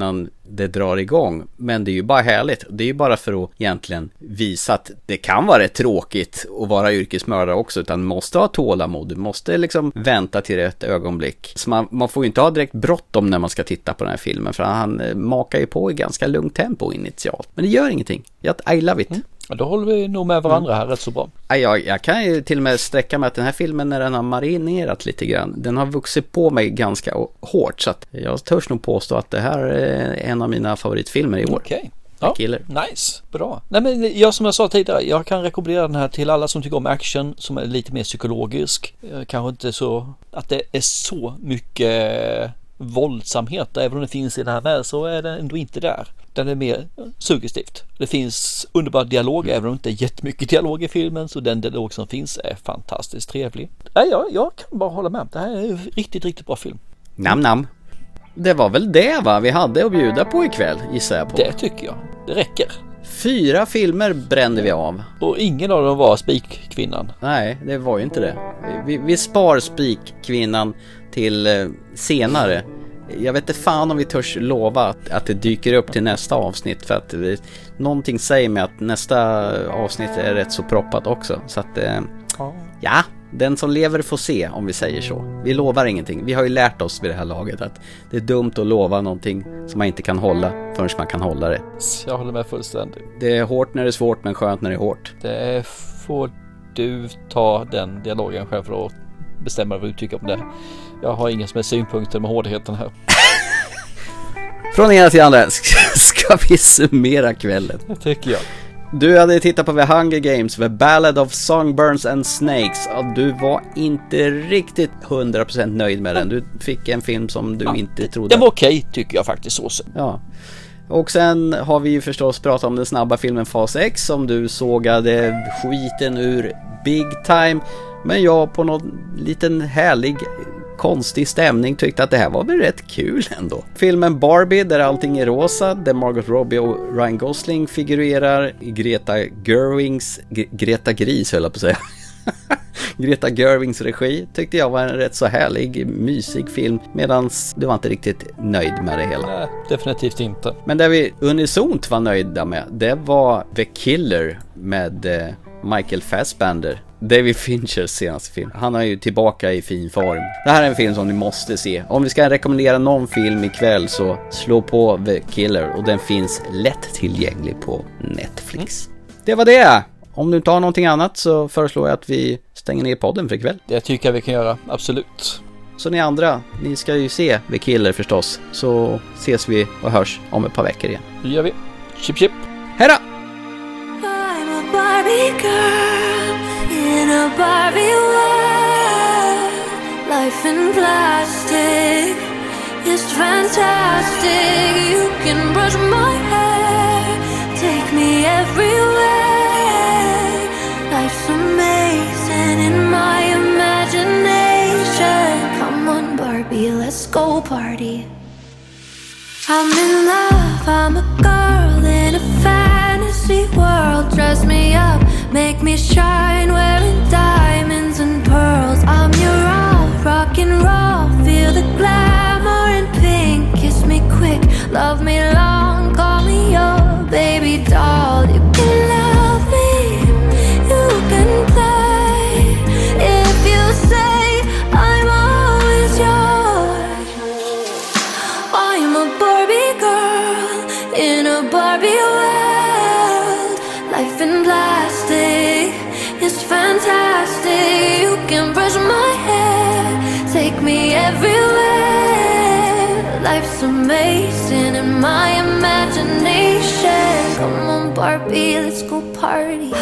det drar igång. Men det är ju bara härligt. Det är ju bara för att egentligen visa att det kan vara rätt tråkigt att vara yrkesmördare också, utan man måste ha tålamod. Du måste liksom vänta till rätt ögonblick. Så man får ju inte ha direkt bråttom när man ska titta på den här filmen, för han makar ju på i ganska lugnt tempo initialt. Men det gör ingenting. I love it. Ja, då håller vi nog med varandra här rätt så bra. Jag kan ju till och med sträcka med att den här filmen, när den har marinerat lite grann, den har vuxit på mig ganska hårt, så att jag törs nog påstå att det här är en av mina favoritfilmer i år. Okej. Ja, nice, bra. Nej, men som jag sa tidigare, jag kan rekommendera den här till alla som tycker om action som är lite mer psykologisk. Kanske inte så att det är så mycket våldsamhet, även om det finns i det här med, så är det ändå inte där. Den är mer suggestivt. Det finns underbar dialog, även om det inte är jättemycket dialog i filmen, så den dialog som finns är fantastiskt trevlig. Jag kan bara hålla med. Det här är en riktigt, riktigt bra film. Namn. Det var väl det, va? Vi hade att bjuda på ikväll, gissar jag på. Det tycker jag. Det räcker. 4 filmer brände vi av. Och ingen av dem var Spikkvinnan. Nej, det var ju inte det. Vi spar Spikkvinnan till senare. Jag vet inte fan om vi törs lova att det dyker upp till nästa avsnitt, för att någonting säger mig att nästa avsnitt är rätt så proppat också. Så att ja, den som lever får se, om vi säger så. Vi lovar ingenting. Vi har ju lärt oss vid det här laget att det är dumt att lova någonting som man inte kan hålla förrän man kan hålla det. Jag håller med fullständigt. Det är hårt när det är svårt, men skönt när det är hårt. Det får du ta den dialogen själv för att bestämma vad du tycker om det. Jag har ingen som är synpunkter med hårdheten här. Från ena till andra ska vi summera kvällen. Det tycker jag. Du hade tittat på The Hunger Games, The Ballad of Songbirds and Snakes. Och du var inte riktigt 100% nöjd med den. Du fick en film som du inte trodde. Den var okej, tycker jag faktiskt så. Ja. Och sen har vi ju förstås pratat om den snabba filmen Fas X, som du sågade skiten ur big time. Men jag på någon liten härlig konstig stämning tyckte att det här var väl rätt kul ändå. Filmen Barbie, där allting är rosa, där Margot Robbie och Ryan Gosling figurerar, i Greta Gris höll jag på att säga. Greta Gerwings regi tyckte jag var en rätt så härlig, mysig film, medans du var inte riktigt nöjd med det hela. Nej, definitivt inte. Men det vi unisont var nöjda med, det var The Killer med Michael Fassbender, David Finchers senaste film. Han är ju tillbaka i fin form. Det här är en film som ni måste se. Om vi ska rekommendera någon film ikväll, så slå på The Killer, och den finns lätt tillgänglig på Netflix. Det var det. Om du inte har någonting annat så föreslår jag att vi stänger ner podden för ikväll. Det tycker jag vi kan göra, absolut. Så ni andra, ni ska ju se The Killer förstås. Så ses vi och hörs om ett par veckor igen. Det gör vi. Chip chip. Hej då! I'm a Barbie girl in a Barbie world. Life in plastic is fantastic. You can brush my hair, take me everywhere. Life's amazing in my imagination. Come on, Barbie, let's go party. I'm in love, I'm a girl in a fantasy world. Dress me up, make me shine, wearing diamonds and pearls. I'm your all, rock and roll, feel the glamour in pink. Kiss me quick, love me long, call me your baby doll. You can love me, you can play. If you say I'm always yours. I'm a Barbie girl in a Barbie world. Life in plastic is fantastic. You can brush my hair, take me everywhere. Life's amazing in my imagination. Come on, Barbie, let's go party.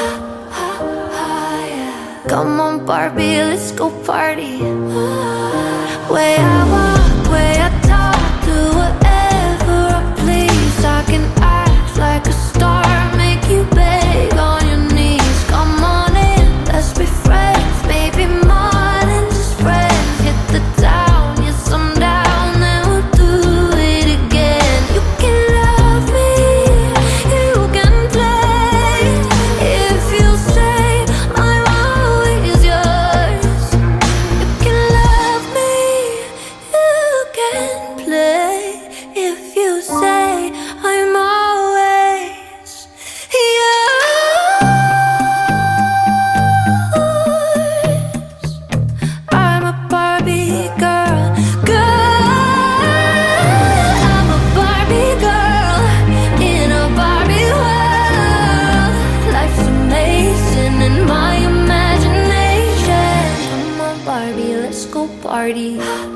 Come on, Barbie, let's go party. Way I walk, way I talk, do whatever I please. I can act like a star, make you beg on your knees. Come on in, let's be friends, maybe more than just friends. Hit the town, yes I'm down, then we'll do it again. You can love me, you can play. If you say I'm always yours. You can love me, you party.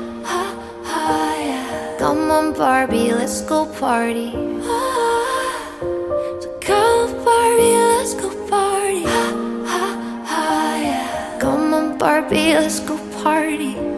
Come on, Barbie, let's go party. So come on, Barbie, let's go party. Come on, Barbie, let's go party.